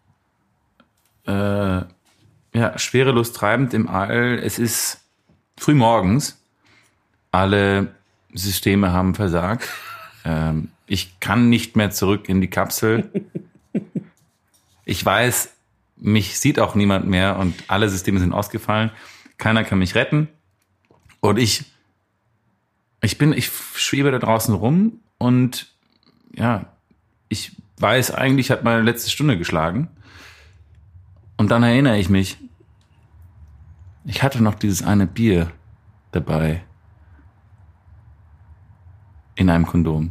schwerelos treibend im All, es ist früh morgens, alle Systeme haben versagt, ich kann nicht mehr zurück in die Kapsel, ich weiß, mich sieht auch niemand mehr und alle Systeme sind ausgefallen, keiner kann mich retten und ich schwebe da draußen rum und ja, ich weiß, eigentlich hat meine letzte Stunde geschlagen. Und dann erinnere ich mich, ich hatte noch dieses eine Bier dabei. In einem Kondom.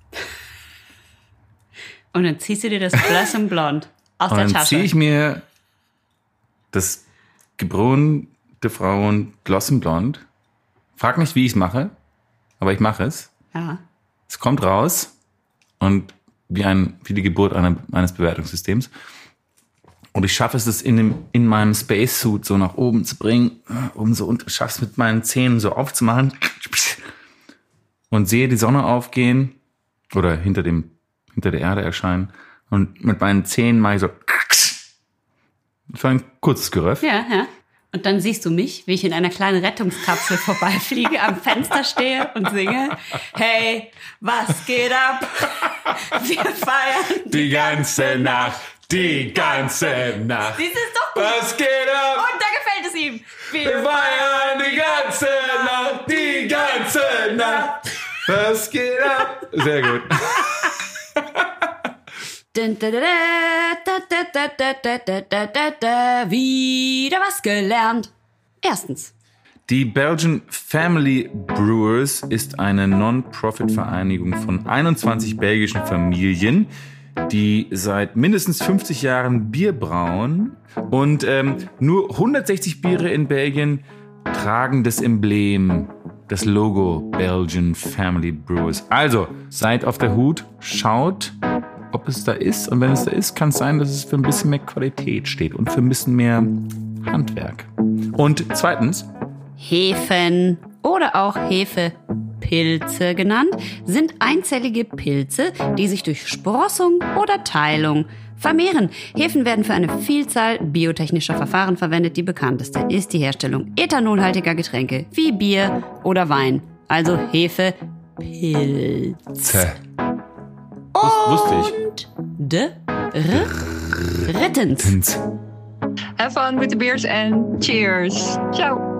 Und dann ziehst du dir das Blossom Blonde aus der Tasche. Und dann ziehe ich mir das gebrühte Frauen Blossom Blonde. Frag nicht, wie ich es mache, aber ich mache es. Ja. Es kommt raus und wie die Geburt eines Bewertungssystems. Und ich schaffe es in meinem Spacesuit so nach oben zu bringen, und schaffe es mit meinen Zähnen so aufzumachen und sehe die Sonne aufgehen oder hinter der Erde erscheinen und mit meinen Zähnen mache ich so für ein kurzes Geröff. Ja. Und dann siehst du mich, wie ich in einer kleinen Rettungskapsel vorbeifliege, am Fenster stehe und singe, hey, was geht ab? Wir feiern die ganze Nacht. Die ganze Nacht. Dies ist doch gut. Was geht ab? Und da gefällt es ihm. Team. Wir feiern die ganze Nacht. Was geht ab? Sehr gut. Wieder was gelernt. Erstens. Die Belgian Family Brewers ist eine Non-Profit-Vereinigung von 21 belgischen Familien, die seit mindestens 50 Jahren Bier brauen. Und nur 160 Biere in Belgien tragen das Emblem, das Logo Belgian Family Brewers. Also, seid auf der Hut, schaut, ob es da ist. Und wenn es da ist, kann es sein, dass es für ein bisschen mehr Qualität steht und für ein bisschen mehr Handwerk. Und zweitens, Hefen oder auch Hefepilze genannt, sind einzellige Pilze, die sich durch Sprossung oder Teilung vermehren. Hefen werden für eine Vielzahl biotechnischer Verfahren verwendet. Die bekannteste ist die Herstellung ethanolhaltiger Getränke wie Bier oder Wein. Also Hefepilz. wusste ich. Drittens. Have fun with the beers and cheers. Ciao.